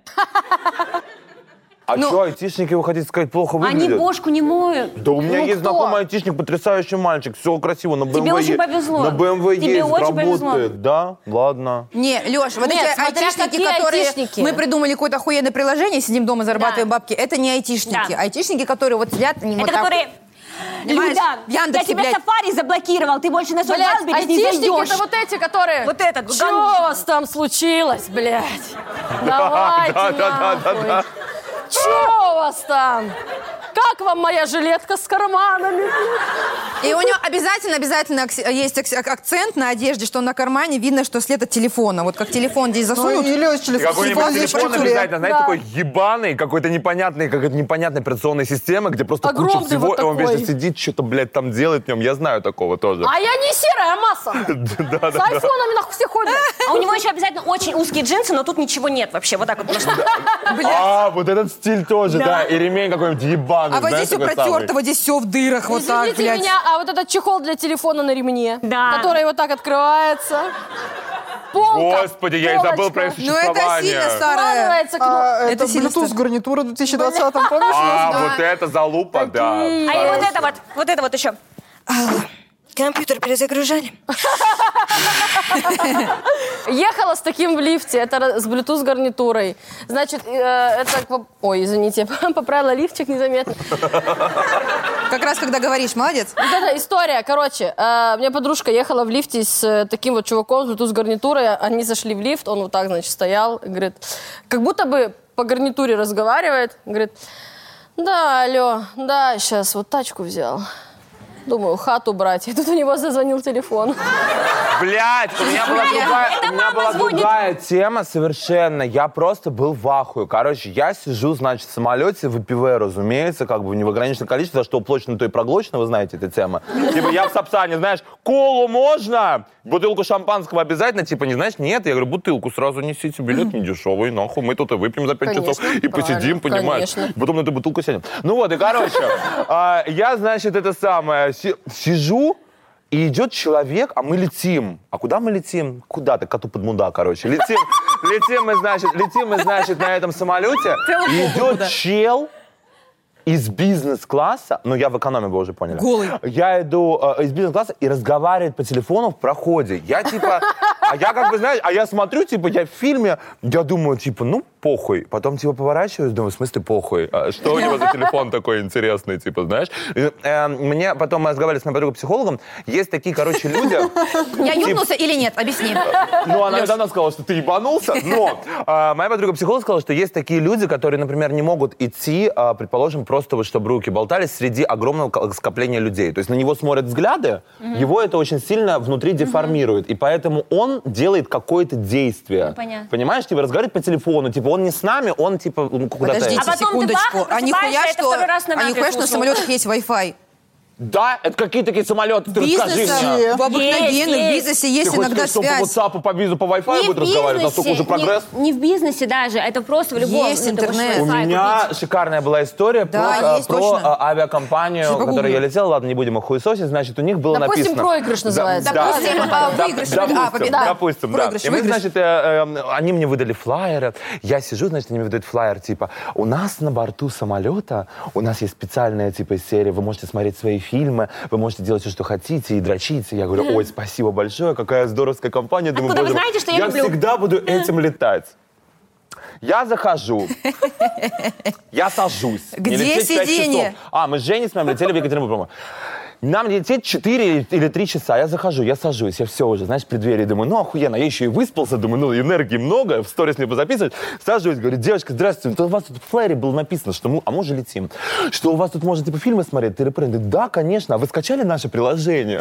А Ну- что, айтишники, вы хотите сказать, плохо Они выглядят? бошку не моют. Да у меня Ну, есть кто? знакомый айтишник, потрясающий мальчик, все красиво, на бэ эм вэ Тебе очень е- повезло. На бэ эм вэ Тебе есть, очень повезло. работает. Да, ладно. Не, Леш, вот Нет, эти смотря айтишники, какие которые айтишники. мы придумали какое-то охуенное приложение, сидим дома, зарабатываем Да. бабки, это не айтишники. Да. Айтишники, которые вот сидят, они вот Это так которые... Понимаешь, Люда, в Яндексе, я тебя блядь. Сафари заблокировал, ты больше на свой Блядь, Вайлдберрис не айтишники зайдешь. это вот эти, которые... Вот этот, Что ган- у вас там случилось, блядь? Давайте да, да, да, да, нахуй. да. Что у вас там? Как вам моя жилетка с карманами? И у него обязательно, обязательно акс- есть акс- акцент на одежде, что на кармане видно, что след от телефона. Вот как телефон здесь Ну, засунут. или И телефон, какой-нибудь здесь в телефон культуре. обязательно, знаете, Да. такой ебаный, какой-то непонятный, какая-то непонятная операционная система, где просто куча Огромный всего, вот и он такой. вечно сидит, что-то, блядь, там делает в нем. Я знаю такого тоже. А я не серая масса. С айфонами нахуй все ходят. А у него еще обязательно очень узкие джинсы, но тут ничего нет вообще. Вот так вот. просто. А, вот этот стиль тоже, да. И ремень какой-нибудь ебаный, А вот знаешь, здесь все такой самый. протерто, вот здесь все в дырах, вот так, Извините блядь. меня, а вот этот чехол для телефона на ремне, Да. который вот так открывается. Полка. Господи, я и забыл про их Ну это существование. сильно старое. Складывается кнопка. А, Это это сильно Bluetooth старо. гарнитура в две тысячи двадцатом, помнишь? А, Да. вот это залупа, да. А и вот это вот, вот это вот еще. Компьютер перезагружали. Ехала с таким в лифте, это ра- с Bluetooth гарнитурой. Значит, э, это... по- Ой, извините, поправила лифчик незаметно. Как раз когда говоришь, молодец. Вот эта история, короче, э, у меня подружка ехала в лифте с э, таким вот чуваком с Bluetooth гарнитурой, они зашли в лифт, он вот так, значит, стоял, и говорит, как будто бы по гарнитуре разговаривает, говорит, да, алло, да, сейчас вот тачку взял. Думаю, хату брать. И тут у него зазвонил телефон. Блять, у меня была другая, Это у меня мама была звонит. другая тема совершенно. Я просто был в ахуе. Короче, я сижу, значит, в самолете, выпивая, разумеется, как бы не в ограниченном количестве, за что уплочено, то и проглочено, вы знаете эту тему. Типа я в Сапсане, знаешь, колу можно? Бутылку шампанского обязательно? Типа, не знаешь, нет. Я говорю, бутылку сразу несите, билет не дешевый, нахуй. Мы тут и выпьем за пять Конечно, часов и посидим, правильно, понимаешь? конечно. Потом на эту бутылку сядем. Ну вот, и короче, а, я, значит, это самое, си- сижу, и идет человек, а мы летим. А куда мы летим? Куда-то, коту под муда, короче. Летим, летим мы, значит, летим мы, значит, на этом самолете, и идет чел из бизнес-класса, ну, я в экономе, вы уже поняли. Голый. Я иду э, из бизнес-класса и разговаривает по телефону в проходе. Я, типа, а я как бы, знаешь, а я смотрю, типа, я в фильме, я думаю, типа, ну, похуй. Потом, типа, поворачиваюсь, думаю, в смысле похуй? А что у него за телефон такой интересный, типа, знаешь? И, э, мне потом мы разговаривали с моей подругой-психологом, есть такие, короче, люди... Я ёбнулся или нет? Объясни. Ну, она недавно сказала, что ты ебанулся, но а, моя подруга-психолог сказала, что есть такие люди, которые, например, не могут идти, а, предположим, просто вот, чтобы руки болтались среди огромного ко- скопления людей. То есть на него смотрят взгляды, его это очень сильно внутри деформирует, и поэтому он делает какое-то действие. Ну, понятно. Понимаешь, типа разговаривает по телефону, типа он не с нами, он типа ну, куда-то... Подождите А потом ты секундочку. бах, А нихуя, просыпаешься, это что, второй раз на а нихуя, матрице что на уснул. самолетах есть Wi-Fi. Да, это какие такие самолеты, ты расскажи Бизнеса, мне. в обыкновенном есть. бизнесе Ты есть хочешь иногда сказать, что по связь. WhatsApp, по визу, по Wi-Fi Не будет в разговаривать? Настолько уже бизнесе, прогресс? не, не в бизнесе даже, это просто в любом. Есть ну, ты можешь интернет. У Wi-Fi меня купить. шикарная была история Да, про, есть, про точно. а, авиакомпанию, Сейчас в которой погуглю. я летел. Ладно, не будем их хуесосить. Значит, у них было Допустим, написано... проигрыш называется. Да, Допустим, да, а, да, выигрыш, допустим, а, победа. допустим, да. Проигрыш, И мы, выигрыш. значит, э, э, они мне выдали флаеры. Я сижу, значит, они мне выдают флаер, типа, у нас на борту самолета, у нас есть специальная, типа, серия, вы можете смотреть свои фильмы, вы можете делать все, что хотите, и дрочиться. Я говорю, ой, спасибо большое, какая здоровская компания. Думаю, Откуда вы боже мой, знаете, что я я люблю? всегда буду этим летать. Я захожу, я сажусь. Где Не лететь пять сиденье? часов. А, мы с Женей с вами летели в Екатеринбург. Нам лететь четыре или три часа. Я захожу, я сажусь, я все уже, знаешь, в преддверии думаю, ну, охуенно. Я еще и выспался, думаю, ну, энергии много, в сторис мне позаписывать. Сажусь, говорю, девочка, здравствуйте, у вас тут в флайере было написано, что мы, а мы уже летим. Что у вас тут можно, типа, фильмы смотреть, террепренды? Да, конечно. А вы скачали наше приложение?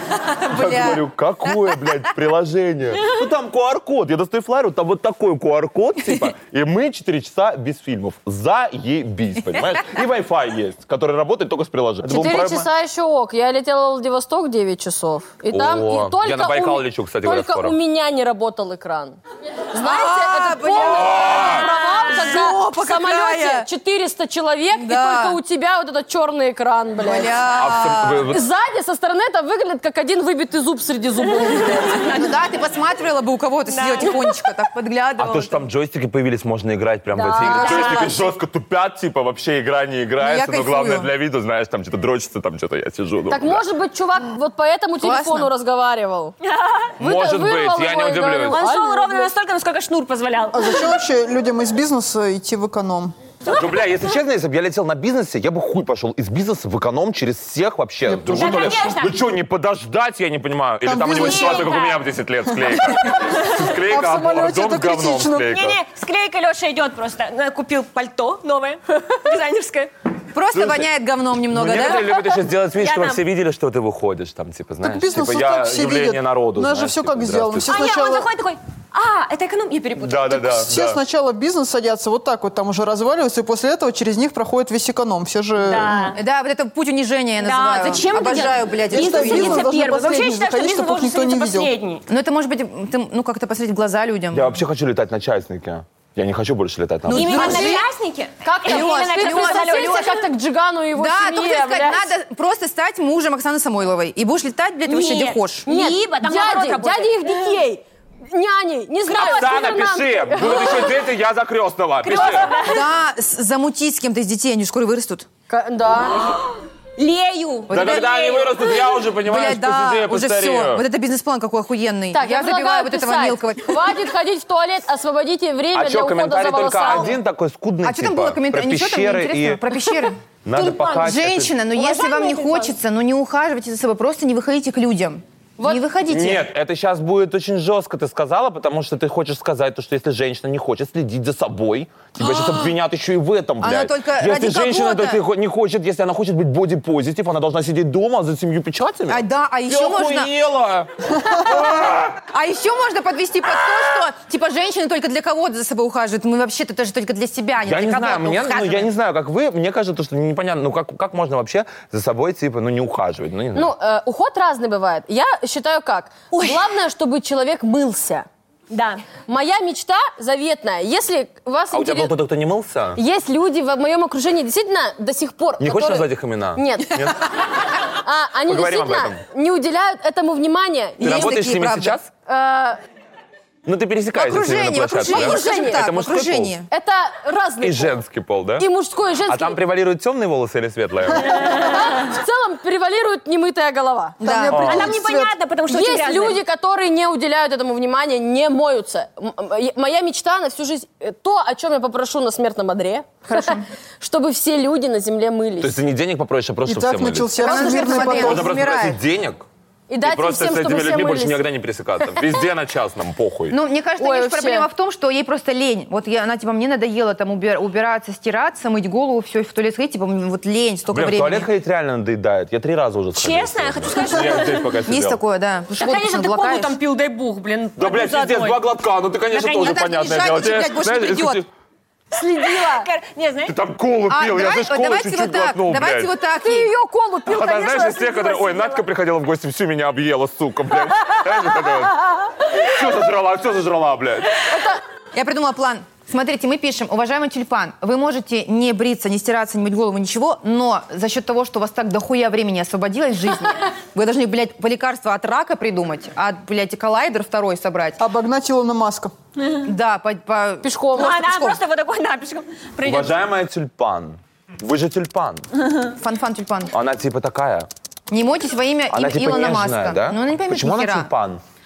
Я говорю, какое, блядь, приложение? Ну, там ку ар код. Я достаю флайер, там вот такой ку ар код, типа, и мы четыре часа без фильмов. Заебись, понимаешь? И Wi-Fi есть, который работает только с приложением. Четыре часа еще ок. Я летела в Владивосток девять часов. И там О, и только я на Байкал у, лечу, кстати говоря, только скоро. у меня не работал экран. Знаете, А, это полный провал, когда Жопа в самолете какая. четыреста человек, Да. и только у тебя вот этот черный экран, блядь. А в- вы- вы- Сзади, со стороны, это выглядит как один выбитый зуб среди зубов. блядь. Ну да, ты посматривала бы у кого-то, сидела тихонечко, так А подглядывала. то, что там джойстики появились, можно играть прям в эти Да. игры. Джойстики Да. жестко тупят, типа, вообще игра не играется, Ну, я но главное кайфую. для вида, знаешь, там что-то дрочится, там что-то я сижу. думаю, Так бля. может быть, чувак вот по этому Классно. телефону разговаривал. Вы-то Может быть, вырвал я его не и удивлюсь. говорил, Он шел «Алло, ровно блядь». настолько, насколько шнур позволял. А зачем вообще людям из бизнеса идти в эконом? Ну, бля, если честно, если бы я летел на бизнесе, я бы хуй пошел из бизнеса в эконом через всех вообще. тоже. Что ли? конечно. Ну что, не подождать, я не понимаю? Или Там там у него бизнес- ситуация, как у меня в десять лет, склейка. А Склейка, в а самолете дом с это говном критично. склейка. Не-не, склейка Леша идет просто. Ну, купил пальто новое, дизайнерское. Просто Слушай, воняет говном Ну, немного, да? некоторые любят еще сделать вид, Я чтобы там. все видели, что ты выходишь, там, типа, знаешь, Так бизнес типа, вот я так все явление видят. народу, У нас же знаешь, все типа, как сделано. здравствуйте. Все А нет, он сначала... заходит такой, а, это эконом, я перепутал. Да, да, да. Все да. сначала в бизнес садятся вот так вот, там уже разваливаются, и после этого через них проходит весь эконом. Все же... Да. Да, вот это путь унижения я Да, называю. зачем это Обожаю, делать? блядь, Бизнес это бизнес видео. садится должны первый. Вообще последний я считаю, что заходить, бизнес чтобы должен никто не садиться видел. последний. Ну это может быть, ты, ну как-то посмотреть в глаза людям. Я вообще хочу летать на частнике. Я не хочу больше летать на Ну, автомобиле. Именно на Подожди. частнике? Как Или ты, именно Лёш, на ты частном самолете? присоединился как-то к Джигану и его Да, только семье, сказать, блядь. надо просто стать мужем Оксаны Самойловой. И будешь летать, блядь, вообще где Нет. хочешь. Нет, Либо там наоборот дяди, работает. дяди их детей, няни, не знаю, Оксана, гувернантки. пиши. Будут еще дети, я за крестного. Пиши. Да, с- замутить с кем-то из детей, они же скоро вырастут. К- Да. Лею. Да когда они вырастут, я уже, понимаешь, Блядь, да, посидею, уже постарею. все. Вот это бизнес-план какой охуенный. Так, я предлагаю забиваю вот этого писать. мелкого. Хватит ходить в туалет, освободите время А для что, ухода комментарий за только волосами. один такой скудный, А что типа, там было про комментарий? Ничего там не пещеры интересного? и... Про пещеры? Надо Тюльпан. пахать. Женщина, ну если вам не Уважаемый хочется, ну не ухаживайте за собой, просто не выходите к людям. Вот Не выходите. Нет, это сейчас будет очень жестко, ты сказала, потому что ты хочешь сказать, то, что если женщина не хочет следить за собой, тебя сейчас обвинят еще и в этом, Она блядь. только Если ради женщина кого-то. то не хочет, если она хочет быть боди-позитив, она должна сидеть дома за семью печатями. А, да, а Ты еще можно... охуела? А еще можно подвести под то, что типа женщины только для кого-то за собой ухаживают. Мы вообще-то тоже только для себя, а не Я для не кого-то знаю, мне, ну, я ухаживаем. не знаю, как вы, мне кажется, что непонятно, ну как, как можно вообще за собой, типа, ну не ухаживать, ну не знаю. Ну, э, уход разный бывает. Я считаю как. Главное, чтобы человек мылся. Да. Моя мечта заветная. Если вас А у тебя был интерес- кто-то, кто не мылся? Есть люди в моем окружении действительно до сих пор... Не хочешь которые- назвать их имена? Нет. А, они Поговорим об действительно этом. не уделяют этому внимания. Ты Есть работаешь с такие, ними правда. сейчас? Э, Ну ты пересекаешься с ними на Окружение, площадке, да? окружение, так, Это мужской окружение. это разный И пол. женский пол, да? И мужской, и женский. А там превалируют темные волосы или светлые? В целом превалирует немытая голова. Да. не А определить там цвет. непонятно, потому что очень Есть грязные. люди, которые не уделяют этому внимания, не моются. М- м- Моя мечта на всю жизнь, э, то, о чем я попрошу на смертном одре, чтобы все люди на земле То мылись. есть ты не денег попросишь, а просто И чтобы так все мылись? начался Потому что всемирный смертный поток. Можно просто умирает. просить денег И и дать им просто всем, с этими чтобы все людьми больше мылись. никогда не пересекаться. Везде на частном, похуй. Ну, мне кажется, Ой, конечно, вообще. проблема в том, что ей просто лень. Вот я, она, типа, мне надоело там убир- убираться, стираться, мыть голову, все, в туалет ходить, типа, м, вот лень, столько Блин, в времени. туалет ходить реально надоедает. Я три раза уже сходил. Честно, я хочу сказать, что... Я здесь пока сидел. Есть такое, да. Потому Да, что воду конечно, ты постоянно колу там блокаешь. пил, дай бог, блин. Да, одну блядь, за пиздец, одной. два глотка, ну ты, конечно, Да, тоже конечно. понятное Надо дело. лежать, блядь, больше не Знаешь, если придет. ты- Следила. Не, знаешь? Ты там колу А, пил, я давай- знаешь, колу давайте чуть-чуть вот так, глотнул, давайте блядь. вот так. Ты ее колу пил, А конечно. знаешь, из тех, следила, которые, ой, следила. Надька приходила в гости, всю меня объела, сука, блядь. Знаешь, вот это вот. Все сожрала, все сожрала, блядь. Я придумала план. Смотрите, мы пишем: уважаемый тюльпан, вы можете не бриться, не стираться, не мыть голову, ничего, но за счет того, что у вас так дохуя времени освободилось в жизни, вы должны, блядь, по лекарству от рака придумать, а, блядь, коллайдер второй собрать. Обогнать Илона Маска. Да, по, по- Пешком. А, да, пешком. просто вот такой, да, пешком пройдет. Уважаемая тюльпан, вы же тюльпан. Фан-фан тюльпан. Она типа такая. Не мойтесь во имя Она И- типа Илона нежная, Маска. да? Ну, она не поймет Почему ни она хера. тюльпан?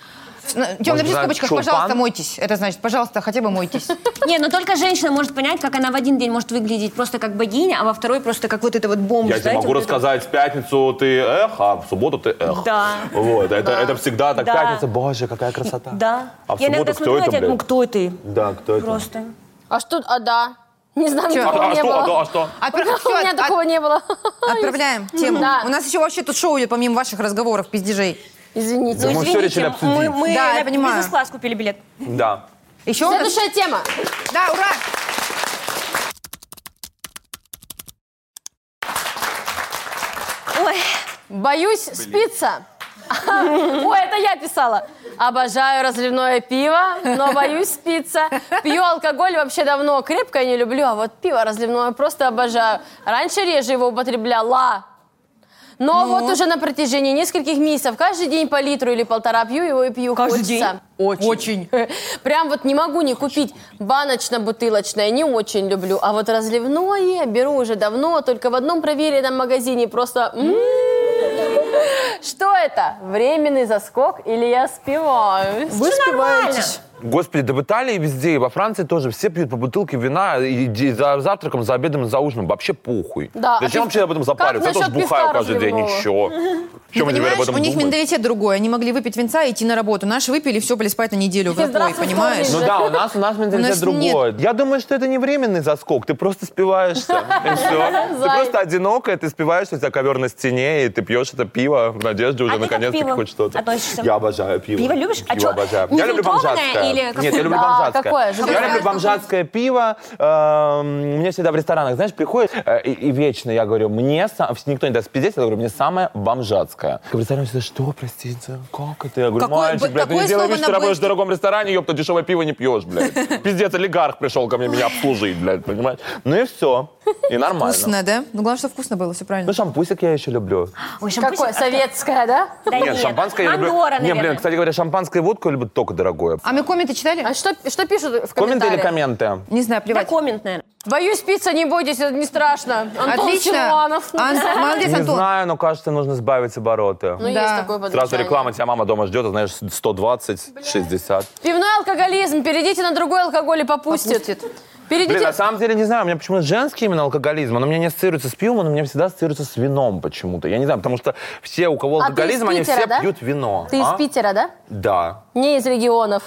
Тем, напиши в знать, скобочках, чулпан? пожалуйста, мойтесь. Это значит, пожалуйста, хотя бы мойтесь. Не, но только женщина может понять, как она в один день может выглядеть просто как богиня, а во второй просто как вот это вот бомж. Я тебе знаете, могу вот это рассказать, в пятницу ты эх, а в субботу ты эх. Да. Вот, это, это всегда так, Да. пятница, боже, какая красота. Да. А в Я иногда субботу кто смотрю на это, тебя, ну блядь? кто ты? Да, кто это? Просто. А что? А да. Не знаю, Чё? такого А, а не что, было. а, да, а что? Отпра- У всё, меня от- такого не было. Отправляем тему. Да. У нас еще вообще тут шоу идет, помимо ваших разговоров, пиздежей. Извините. Да мы всё решили мы, обсудить. мы Да, на я понимаю. бизнес-класс купили билет. Да. Еще у нас... Следующая тема. Да, ура! Ой, Боюсь спиться. Ой, это я писала. Обожаю разливное пиво, но боюсь спиться. Пью алкоголь вообще давно, крепкое не люблю, а вот пиво разливное просто обожаю. Раньше реже его употребляла. Но вот уже на протяжении нескольких месяцев каждый день по литру или полтора пью его и пью. Каждый Хочется. день? Очень. Прям вот не могу не купить баночно-бутылочное, не очень люблю. А вот разливное беру уже давно, только в одном проверенном магазине. Просто... м-м-м. Что это? Временный заскок или я спиваюсь? Вы спиваетесь. Господи, да в Италии везде, и во Франции тоже все пьют по бутылке вина, и ди- за завтраком, за обедом, за ужином. Вообще похуй. Да, а Зачем ты- вообще об этом запариваться? Я как тоже насчет бухаю пивка каждый день, разливного? ничего. Ну, Чем мне теперь об понимаешь, этом у них думать? менталитет другой. Они могли выпить винца и идти на работу. Наши выпили, все, были спать на неделю в запой, Здравствуй, понимаешь? Ну да, у нас, у нас менталитет нас другой. Я думаю, что это не временный заскок, ты просто спиваешься, и все. Ты Зай. просто одинокая, ты спиваешься, у тебя ковер на стене, и ты пьешь это пиво в надежде уже А ты как к наконец-таки пиву хоть что-то. относишься? Я обожаю пиво. Пиво любишь? А Пиво чё, обожаю. не Я люблю фильтрованное бомжатское. или Нет, какое? я люблю Да, бомжатское. какое же? Я люблю бомжатское пиво. Эм, У меня всегда в ресторанах, знаешь, приходит, э, и, и вечно я говорю, мне, сам- никто не даст пиздец, я говорю, мне самое бомжатское. В ресторане всегда, что, простите, как это? Я говорю, Какое- мальчик, блядь, ты какое не делай слово вид, что ты на работаешь в бэшке? дорогом ресторане, ёпта, дешевое пиво не пьешь, блядь. Пиздец, олигарх пришел ко мне меня обслужить, блядь, понимаешь? Ну и все. И нормально. Вкусно, да? Ну, главное, что вкусно было, все правильно. Ну, шампусик я еще люблю. Ой, шампусик. Какое? Советское, да? Да Нет, шампанское я люблю. Мандора, Не, блин, наверное. кстати говоря, шампанское и водку я люблю только дорогое. А мы комменты читали? А что, что пишут в Комменты или комментариях? комменты? Не знаю, Да, плевать. коммент, наверное. Боюсь спиться, не бойтесь, это не страшно. Антон Отлично. Силуанов. Ан- Молодец, Не Антон. знаю, но кажется, нужно сбавить обороты. Ну, Да. есть такое Сразу подражание. реклама, тебя мама дома ждет, а знаешь, сто двадцать, шестьдесят. Пивной алкоголизм. Перейдите на другой алкоголь и попустит. Попустит. Перейдите... Блин, на самом деле, не знаю, у меня почему-то женский именно алкоголизм, он у меня не ассоциируется с пивом, он у меня всегда ассоциируется с вином почему-то. Я не знаю, потому что все, у кого А ты алкоголизм, из они Питера, все да? пьют вино. Ты А? из Питера, да? Да. Не из регионов.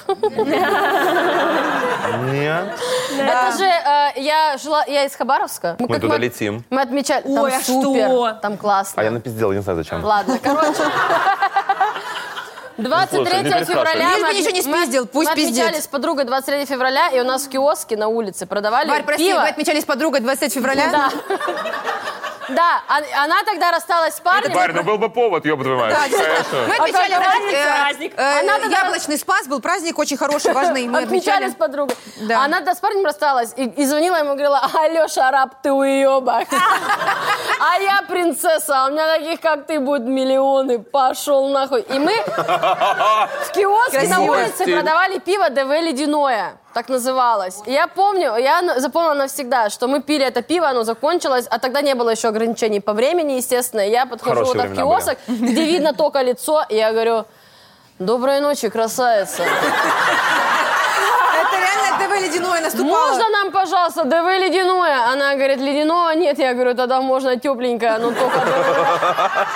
Нет. Это же э, я жила, я из Хабаровска. Мы как туда летим. Мы отмечали. Там Ой, а супер, что? там классно. А я напиздел, не знаю зачем. Ладно, короче. двадцать третьего Слушай, не февраля Лишь бы мы ничего не отме- спиздил, пусть мы отмечали пиздит. с подругой двадцать третьего февраля, и у нас в киоске на улице продавали Варь, прости, пиво. вы отмечали с подругой двадцать третьего февраля? Да. Да, а- она тогда рассталась с парнем. Барь, ну был бы повод, ёб твою мать. Мы Конечно. отмечали А как праздник, э, праздник? э, Она тогда- Яблочный спас был праздник очень хороший, важный. Мы Отмечали отмечали. с подругой. Да. А она тогда с парнем рассталась и, и звонила ему и говорила: Алеша, раб, ты уебок. А я принцесса, а у меня таких, как ты, будет миллионы. Пошел нахуй. И мы в киоске на Красивый улице стиль. продавали пиво ДВ ледяное. Так называлось. И я помню, я на- запомнила навсегда, что мы пили это пиво, оно закончилось, а тогда не было еще ограничений по времени, естественно. Я подхожу Хорошие вот так в времена были. киосок, где видно только лицо, и я говорю: доброй ночи, красавица. Это реально ТВ ледяное наступало. Можно нам, пожалуйста, ДВ ледяное? Она говорит: ледяного нет. Я говорю: тогда можно тепленькое, но только ДВ.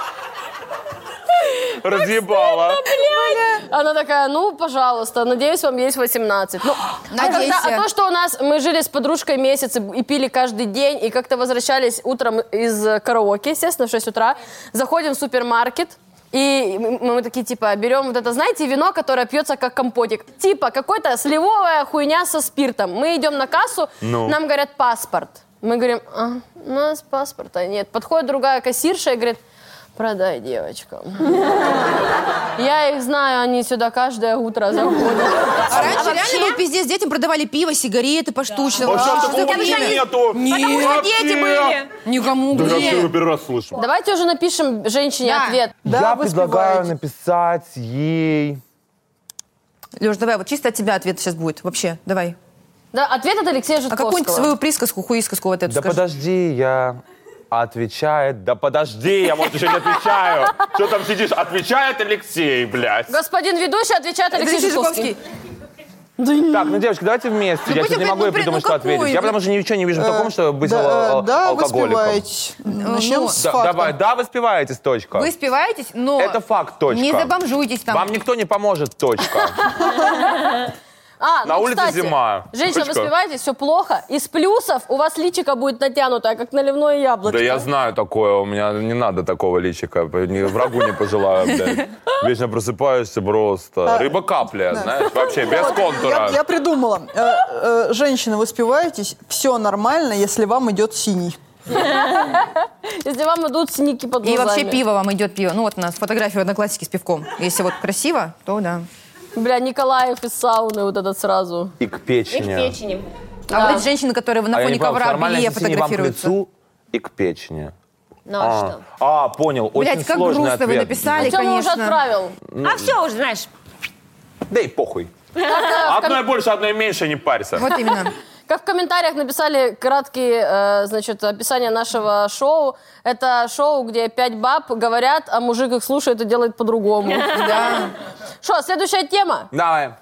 Разъебала. Она такая: ну, пожалуйста, надеюсь, вам есть восемнадцать. Ну, а, Надейся. когда- а то, что у нас, мы жили с подружкой месяц и, и пили каждый день, и как-то возвращались утром из караоке, естественно, в шесть утра, заходим в супермаркет, и мы, мы такие, типа, берем вот это, знаете, вино, которое пьется как компотик. Типа, какой-то сливовая хуйня со спиртом. Мы идем на кассу, Ну. нам говорят: паспорт. Мы говорим: а, у нас паспорта нет. Подходит другая кассирша и говорит: продай девочкам. Я их знаю, они сюда каждое утро заходят. А раньше А вообще? реально был пиздец, детям продавали пиво, сигареты поштучно. А сейчас Что за такого время? нету. Потому что дети были. Никому Да я где. первый первый раз слышу. Давайте уже напишем женщине Да. ответ. Да, Я вы предлагаю спиваете. написать ей... Леш, давай, вот чисто от тебя ответ сейчас будет. Вообще, давай. Да, ответ от Алексея А Житковского. какую-нибудь свою присказку, хуисказку вот эту Да скажи. подожди, я... Отвечает, да подожди, я, может, еще не отвечаю. Что там сидишь? Отвечает Алексей, блядь. Господин ведущий, отвечает Алексей Алексей Жуковский. Так, ну, девочки, давайте вместе. Ну, Я будем сейчас не могу говорить, ну, придумать, ну, что какую? ответить. Я потому что ничего не вижу в таком, что быть Да, ал- да, вы алкоголиком. спеваете. Начнем ну, с Да, факта. давай, да, вы спиваетесь, точка. Вы спиваетесь, но... Это факт, точка. Не забомжуйтесь там. Вам никто не поможет, точка. А, На ну, улице кстати, зима. Женщина, Точка. вы спиваетесь, все плохо. Из плюсов у вас личико будет натянутое, как наливное яблочко. Да я знаю такое, у меня не надо такого личика, ни врагу не пожелаю, блядь. Вечно просыпаешься просто. Рыба-капля, знаешь, вообще без контура. Я, я придумала. Э, э, женщины, вы спиваетесь, все нормально, если вам идет синий. Если вам идут синяки под И глазами. вообще пиво вам идет пиво. Ну вот у нас фотография в Одноклассники с пивком. Если вот красиво, то да. Бля, Николаев из сауны вот этот сразу. И к И к печени. печени. А вот эти женщины, которые на А я фоне не понял, ковра в нормально, белье если синий вам к фотографируются. лицу и к печени. Ну а что? А, понял, очень Блять, как сложный грустно вы ответ. написали, Тёма уже конечно. отправил. А все уже, знаешь. Да и похуй. Одной больше, одной меньше, не парься. Вот именно. Как в комментариях написали краткие, э, значит, описание нашего шоу. Это шоу, где пять баб говорят, а мужик их слушает и делает по-другому. Да. Что, следующая тема? Давай.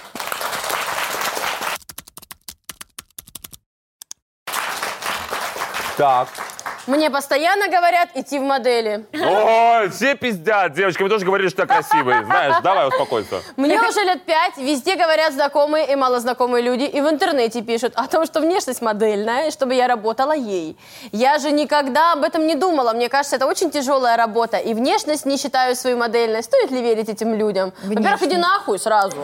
Так. Мне постоянно говорят идти в модели. Ой, все пиздят. Девочки, вы тоже говорили, что я красивый. Знаешь, давай успокойся. Мне уже лет пять, везде говорят знакомые и малознакомые люди, и в интернете пишут о том, что внешность модельная, и чтобы я работала ей. Я же никогда об этом не думала. Мне кажется, это очень тяжелая работа. И внешность не считаю свою модельной. Стоит ли верить этим людям? Во-первых, иди нахуй сразу.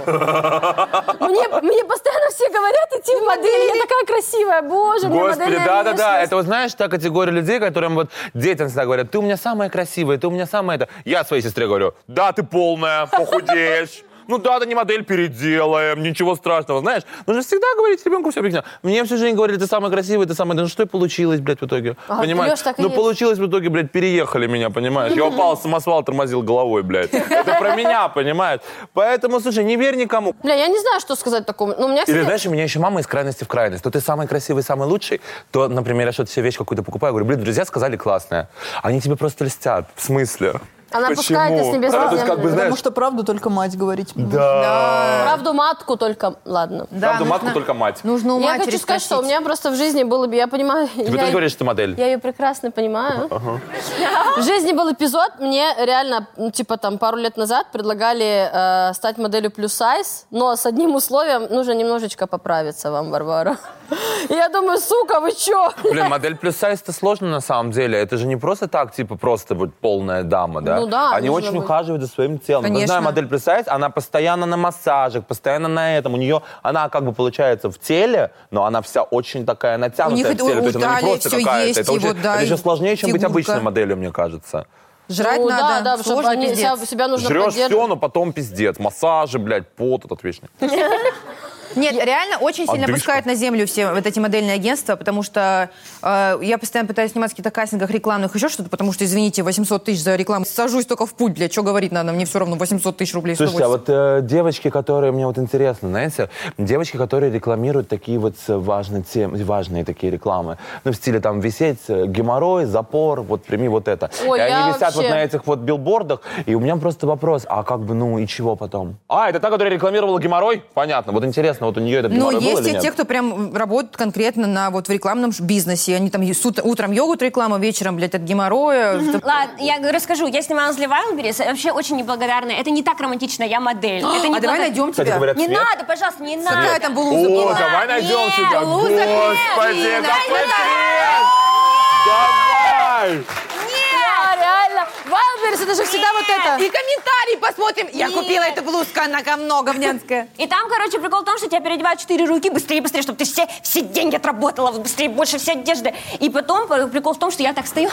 Мне, мне постоянно все говорят идти в модель. Я такая красивая, боже, у меня Господи, модельная да-да-да. внешность. Это, вот знаешь, та категория людей, которым вот детям всегда говорят, ты у меня самая красивая, ты у меня самая это. Я своей сестре говорю, да, ты полная, похудеешь. Ну да, да не модель, переделаем, ничего страшного, знаешь. Нужно всегда говорить ребенку все объяснять. Мне всю жизнь говорили, ты самая красивая, ты самая... Ну что и получилось, блядь, в итоге? Ага, Понимаешь? Лёш, так и Ну есть. получилось в итоге, блядь, переехали меня, понимаешь? Я упал с самосвала, тормозил головой, блядь. Это про меня, понимаешь? Поэтому, слушай, не верь никому. Бля, я не знаю, что сказать такому. Ну, у меня, Или, кстати, знаешь, у меня еще мама из крайности в крайность. То ты самый красивый, самый лучший, то, например, я что-то себе вещь какую-то покупаю, говорю, блин, друзья сказали классная. Они тебе просто льстят. В смысле? Она Почему? пускает тебя с небес на А, то есть, землю. как бы, знаешь, Потому что правду только мать говорить. да. правду матку только... Ладно. Да, Правда, нужно- матку только мать. Нужно у Я матери хочу сказать, что у спросить. меня просто в жизни было бы, я понимаю... Тебе я, тоже говоришь, что ты модель? я ее прекрасно понимаю. В жизни был эпизод, мне реально, ну, типа там пару лет назад предлагали э, стать моделью плюс сайз, но с одним условием, нужно немножечко поправиться вам, Варвара. И я думаю, сука, вы чё? Блин, модель плюс сайз это сложно на самом деле. Это же не просто так, типа, просто вот полная дама, да? Ну да, Они нужно очень быть. ухаживают за своим телом. Мы Конечно. знаем модель плюс сайз, она постоянно на массажах, постоянно на этом. У нее, она как бы получается в теле, но она вся очень такая натянутая У них в теле. у- То есть у она не талии просто всё какая-то. есть, Это, и очень- вот, да, это еще и сложнее, чем быть фигурка. обычной моделью, мне кажется. Жрать Ну надо. да, да, чтобы Сложно, они, себя, пиздец. себя нужно Жрешь поддерживать. все, но потом пиздец. Массажи, блядь, пот этот вечный. Нет, реально очень сильно Одышка. пускают на землю все вот эти модельные агентства, потому что э, я постоянно пытаюсь сниматься в каких-то кастингах рекламных, еще что-то, потому что, извините, восемьсот тысяч за рекламу. Сажусь только в путь, блядь, что говорить надо, мне все равно восемьсот тысяч рублей. Слушайте, а вот э, девочки, которые, мне вот интересно, знаете, девочки, которые рекламируют такие вот э, важные темы, важные такие рекламы, ну, в стиле там висеть э, геморрой, запор, вот прими вот это. Ой, и я они висят вообще- вот на этих вот билбордах, и у меня просто вопрос, а как бы, ну, и чего потом? А, это та, которая рекламировала геморрой? Понятно, вот интересно, вот у нее этот Ну, геморрой был есть или и нет? те, кто прям работают конкретно на вот в рекламном ш- бизнесе. Они там с ут- утром йогурт реклама, вечером, блядь, от геморроя. Ладно, я говорю, расскажу. Я снималась для Wildberries, вообще очень неблагодарная. Это не так романтично, я модель. Это не А давай благо- найдем Кстати, тебя. говорят, Не цвет. надо, пожалуйста, не надо. Какая там блуза? О, была? давай найдем Нет, тебя. блуза, нет, Господи, не какой надо. цвет! Давай! Да, реально. Wildberries, это же всегда вот это. И комментарий посмотрим. Я Нет. купила эту блузку, она ко много внянская. И там, короче, прикол в том, что тебя переодевают четыре руки, быстрее, быстрее, чтобы ты все, все деньги отработала, вот быстрее, больше всей одежды. И потом прикол в том, что я так стою.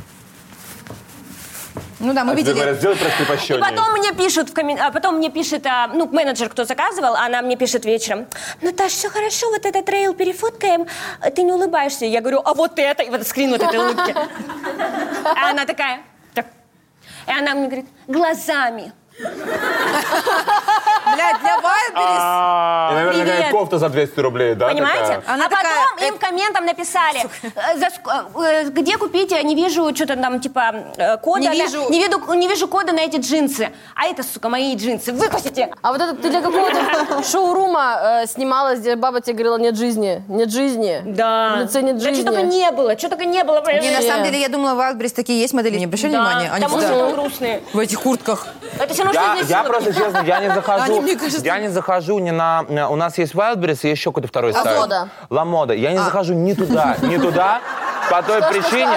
Ну да, мы А тебе видели. говорят, сделай И раскрепощение. потом мне пишут, в коммен... а потом мне пишет, а, ну, менеджер, кто заказывал, она мне пишет вечером: Наташ, все хорошо, вот этот трейл перефоткаем, а ты не улыбаешься. Я говорю, а вот это, и вот скрин вот этой улыбки. А она такая, так. И она мне говорит, глазами. Блядь, для Wildberries. И, наверное, Привет. какая кофта за двести рублей, да? Понимаете? такая? Она а потом такая, им комментом написали, э, за ск- э, где купить, я не вижу что-то там, типа, э, кода. Не на- вижу. не, виду- не вижу кода на эти джинсы. А это, сука, мои джинсы. Выпустите. А вот это ты для какого-то шоурума э, снималась, где баба тебе говорила «нет жизни», «нет жизни». Да. В лице «нет Да жизни». что только не было, что только не было. Не, на понимаешь? самом деле, я думала, в Wildberries такие есть модели. Не обращали Да, внимания? Они потому всегда что там грустные. в этих куртках. Это все равно, Я, что здесь я силы. просто, честно, я не Они, захожу, мне кажется- я не захожу не на, на- у нас есть Wildberries и еще какой-то второй сайт. Ламода. Ламода. Я не захожу ни туда, ни туда, по той причине,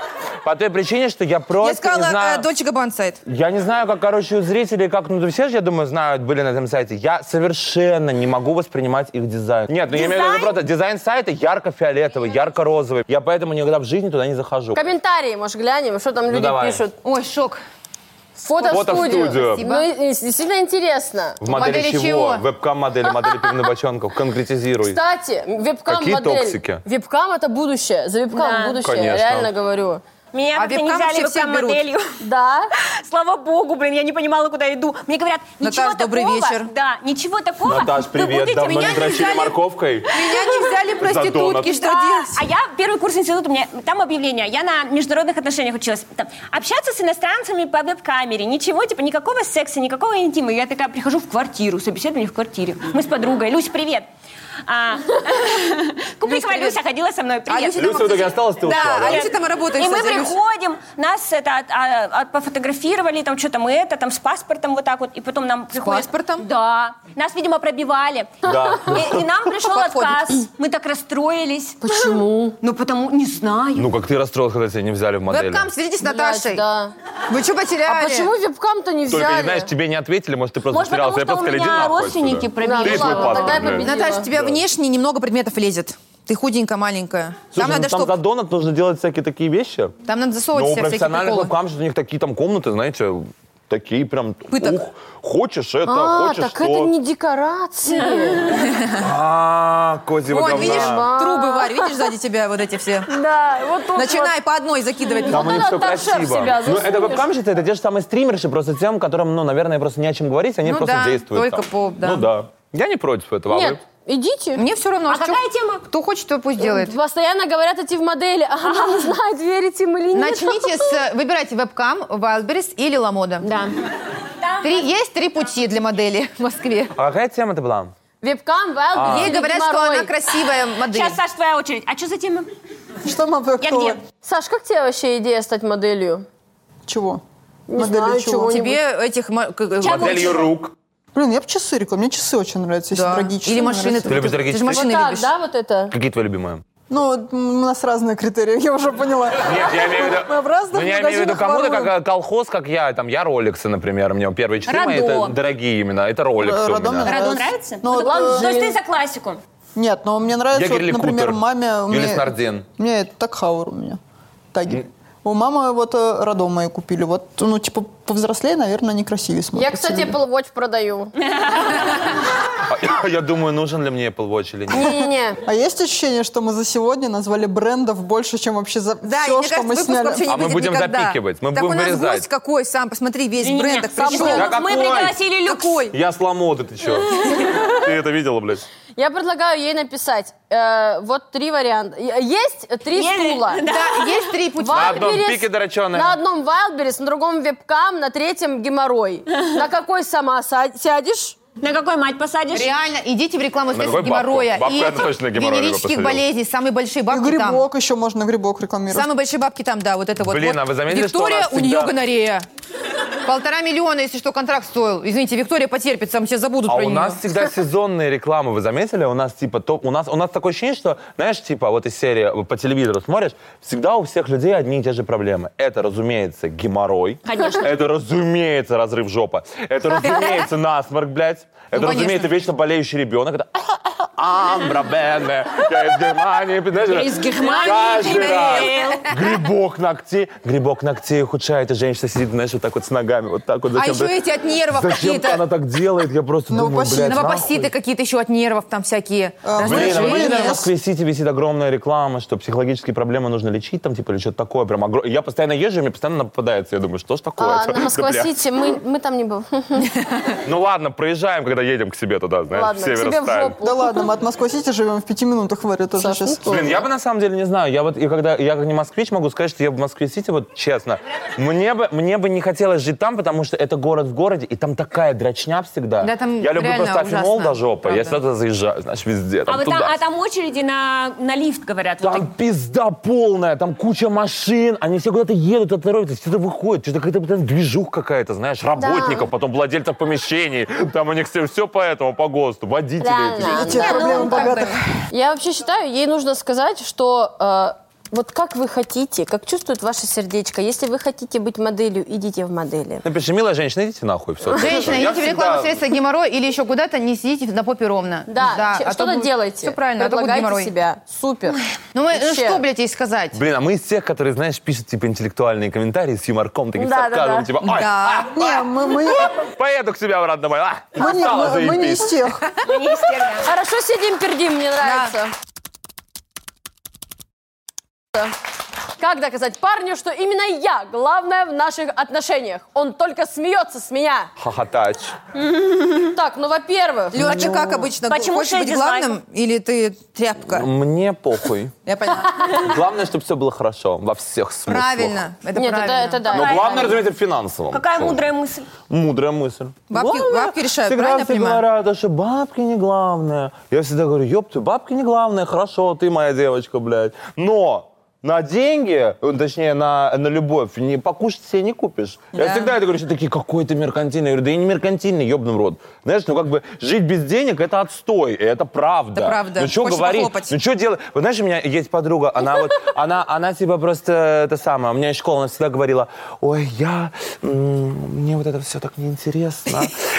по той причине, что я Я просто сказала, не знаю... э, Dolce Gabbana сайт. Я не знаю, как, короче, у зрителей, как, ну, все же, я думаю, знают, были на этом сайте. Я совершенно не могу воспринимать их дизайн. Нет, ну я имею в виду Дизайн? просто дизайн сайта ярко-фиолетовый, ярко-розовый. Я поэтому никогда в жизни туда не захожу. Комментарии, может, глянем, что там люди давай. пишут. Ой, шок. Фото, Фото в в студию. студию. Спасибо. Ну, и- и действительно интересно. В модели, Модели чего? чего? Вебкам-модели, модели пивных бочонков. Конкретизируй. Кстати, вебкам-модель. Какие токсики? Вебкам — это будущее. За вебкам Да. будущее, Конечно. реально говорю. Меня А как-то не вебкам взяли вообще всех берут. вебкам-моделью. Да. Слава богу, блин, я не понимала, куда иду. Мне говорят, ничего Наташ, добрый такого. вечер. Да, ничего такого. Наташ, Вы привет. будете Давно меня не дрочили взяли- морковкой? Меня не взяли проститутки, что Да. делать? А я первый курс института, у меня там объявление, я на международных отношениях училась. Там, общаться с иностранцами по веб-камере, ничего, типа никакого секса, никакого интима. Я такая прихожу в квартиру, собеседование в квартире. Мы с подругой. Люсь, привет. А, Куприкова привет. Люся ходила со мной. А Привет. Люся там- Люся в итоге осталась, ты ушла, Да, да? а Люся там работает, И мы кстати, Люся. приходим, нас это от- а, от- пофотографировали, там что-то мы это, там с паспортом вот так вот, и потом нам приходят- паспортом? Да. Нас, видимо, пробивали. Да. И, и нам пришел Подходит. отказ. Мы так расстроились. Почему? Ну, потому, не знаю. Ну, как ты расстроилась, когда тебя не взяли в модели? Вебкам, сведитесь с Блядь, Наташей. да. Вы что А потеряли? почему вебкам-то не взяли? Только, не знаешь, тебе не ответили, может, ты просто Может, потому потерялся. Я что просто у сказал, иди меня нахуй родственники отсюда. пробили. Да, Ты ну свой ладно, паспорт, тогда я блядь. победила. Наташа, у тебя внешне немного предметов лезет. Ты худенькая, маленькая. Слушай, там надо ну, там чтоб... за донат нужно делать всякие такие вещи. Там надо засовывать Но у все всякие профессиональных приколы. вебкам, у них такие там комнаты, знаете, такие прям... Пыток. ух, хочешь это, А, хочешь так что. это не декорации. А, козьего Вон, говна. видишь, трубы, Варь, видишь сзади тебя вот эти все? Да, вот тут Начинай по одной закидывать. Там у них надо все торшер в красиво. себя Ну, это засунешь. вебкамщицы, это те же самые стримерши, просто тем, которым, ну, наверное, просто не о чем говорить, они Ну просто да, действуют. только там. поп, да. Ну да. Я не против этого. а вы? Нет, идите. Мне все равно. А что- какая тема? Кто хочет, то пусть делает. Постоянно говорят идти в модели, а она не знает, верить им или нет. Начните с... Выбирайте вебкам, Wildberries или Ламода. Да. Три, есть три пути для модели в Москве. А какая тема это была? Вебкам, Wildberries Ей или говорят, что геморрой. она красивая модель. Сейчас, Саш, твоя очередь. А что за тема? Что мы Я кто? где? Саш, как тебе вообще идея стать моделью? Чего? Не Моделью знаю, чего? чего-нибудь. Тебе этих... мо- к- к- Моделью рук. Блин, я бы часы рекламирую. Мне часы очень нравятся, если Да. трагические. Или машины. Ты любишь Ты дорогие же часы? машины Так, любишь. да, вот это? Какие твои любимые? Ну, вот, м, у нас разные критерии, я уже поняла. Нет, я имею в виду... Мы в разных Ну, я имею в виду магазинах кому-то, воруем. как колхоз, как я. Там, я роликсы, например. У меня первые часы мои, Радо. это дорогие именно. Это роликсы у Радо мне меня. Радо нравится. нравится? Ну, вот, Ладно, э, то есть ты за классику? Нет, но мне нравится, Ягер вот, или например, Купер? маме... у Или меня- Снарден? У меня это такхаур у меня. Таги. У мамы вот э, Радо мои купили. Вот, ну, типа, повзрослее, наверное, они красивее смотрятся. Я, кстати, люди. Apple Watch продаю. А Я думаю, нужен ли мне Apple Watch или нет. Не-не-не. А есть ощущение, что мы за сегодня назвали брендов больше, чем вообще за Да, и все, мне что кажется, мы выпуск сняли? вообще не А мы будет будем никогда. запикивать, мы так будем у нас вырезать. гость какой сам, посмотри, весь Не-не-не, бренд так сам пришел. был. Да Мы какой? пригласили Люкс. Какой? Я с Ламоды, ты чё? Ты это видела, блядь? Я предлагаю ей написать э, вот три варианта. Есть три Еле- стула. Да, есть три пути. На одном Wildberries, пике дроченая. На одном Wildberries, на другом вебкам, на третьем геморрой. На какой сама са- сядешь? На какой мать посадишь? Реально, идите в рекламу средств какой бабку? геморроя Бабку и я точно геморрой бы венерических посадил. болезней. Самые большие И бабки там. грибок еще можно, грибок рекламировать. Самые большие бабки там, да, вот это вот. Блин, Вот а вы заметили, что у Виктория, нас у нее всегда- гонорея. Полтора миллиона, если что, контракт стоил. Извините, Виктория потерпит, сам все забудут А про у нее. нас всегда сезонные рекламы, вы заметили? У нас типа топ, у нас у нас такое ощущение, что, знаешь, типа вот из серии по телевизору смотришь, всегда у всех людей одни и те же проблемы. Это, разумеется, геморрой. Конечно. Это, разумеется, разрыв жопы. Это, разумеется, насморк, блядь. Это, Ну, конечно. разумеется, вечно болеющий ребенок. Это амбра бене, я из Германии. Знаешь, Я из Германии каждый раз. прилетел. Грибок ногтей. Грибок ногтей ухудшает, и женщина сидит, знаешь, вот так вот с ногами, вот так вот. А Зачем еще ты- эти от нервов Зачем какие-то. она так делает? Я просто думаю, Новопосит. блядь, нахуй. Новопоситы какие-то еще от нервов там всякие. А, Блин, а вы раздражения. видели, в Yes. Москве-Сити висит огромная реклама, что психологические проблемы нужно лечить, там, типа, или что-то такое. Прям огр... Я постоянно езжу, и мне постоянно попадается. Я думаю, что ж такое? А, Да, на бля. Москва-Сити мы, мы там не были. Ну ладно, проезжай решаем, когда едем к себе туда, знаешь, Ладно, в к себе в Северосталь. жопу. Да ладно, мы от Москвы-Сити живем в пяти минутах, Варя, тоже Саш, сейчас. ну, Блин, я бы на самом деле не знаю. Я вот, и когда я как не москвич могу сказать, что я в Москве-Сити, вот честно, мне бы, мне бы не хотелось жить там, потому что это город в городе, и там такая дрочня всегда. Да, там я люблю реально просто афимол ужасно, до жопы. Я правда. сюда туда заезжаю, знаешь, везде. Там, А, вот туда. там, а там очереди на, на лифт, говорят. Вот Там пизда полная, там куча машин, они все куда-то едут, оторваются, все это выходит, что-то какая-то блин, движуха какая-то, знаешь, работников, потом владельцев помещений, там у них все, все по этому, по ГОСТу, водители Да, эти. да. Те Не, ну, проблемы как богатых. Я вообще считаю, ей нужно сказать, что э, вот как вы хотите, как чувствует ваше сердечко. Если вы хотите быть моделью, идите в модели. Напиши, милая женщина, идите нахуй, все. Женщина, Я идите в всегда- рекламу средства геморрой или еще куда-то, не сидите на попе ровно. Да, че- а то что-то будет- делайте. Все правильно, а то будет Предлагайте геморрой. себя. Супер. Ну, мы, ну Вообще. что, блядь, ей сказать? Блин, а мы из тех, которые, знаешь, пишут, типа, интеллектуальные комментарии с юморком, такие Да, с да, сарказмом, да. типа, ой, Да. Не, мы, мы, поеду к себе обратно домой, а, мы, не, стало мы- мы не заебись. из тех. Хорошо сидим, пердим, мне нравится. Как доказать парню, что именно я главная в наших отношениях? Он только смеется с меня. Хохотач. Так, ну, во-первых, Лёш, ты как обычно? Почему Хочешь шесть быть главным или ты тряпка? Мне похуй. Я поняла. Главное, чтобы все было хорошо во всех смыслах. Правильно. Это нет, это, правильно. это да. Но главное, разумеется, в финансовом. Какая Что? мудрая мысль. Мудрая мысль. Бабки- Главное, бабки решают, всегда правильно я все понимаю? говорят, да, что бабки не главное. Я всегда говорю, ёпты, бабки не главное, хорошо, ты моя девочка, блядь. Но на деньги, э, точнее, на, на любовь, не, покушать себе не купишь. Я Да. всегда это говорю, что такие, какой ты меркантильный. Я говорю, да я не меркантильный, ёбаный в рот. Знаешь, ну как бы жить без денег — это отстой, и это правда. Это правда. Ну что Хочешь говорить? похлопать? Ну что делать? Вот знаешь, у меня есть подруга, она вот, она, она типа просто это самое, у меня из школы, она всегда говорила, ой, я, м, мне вот это все так неинтересно.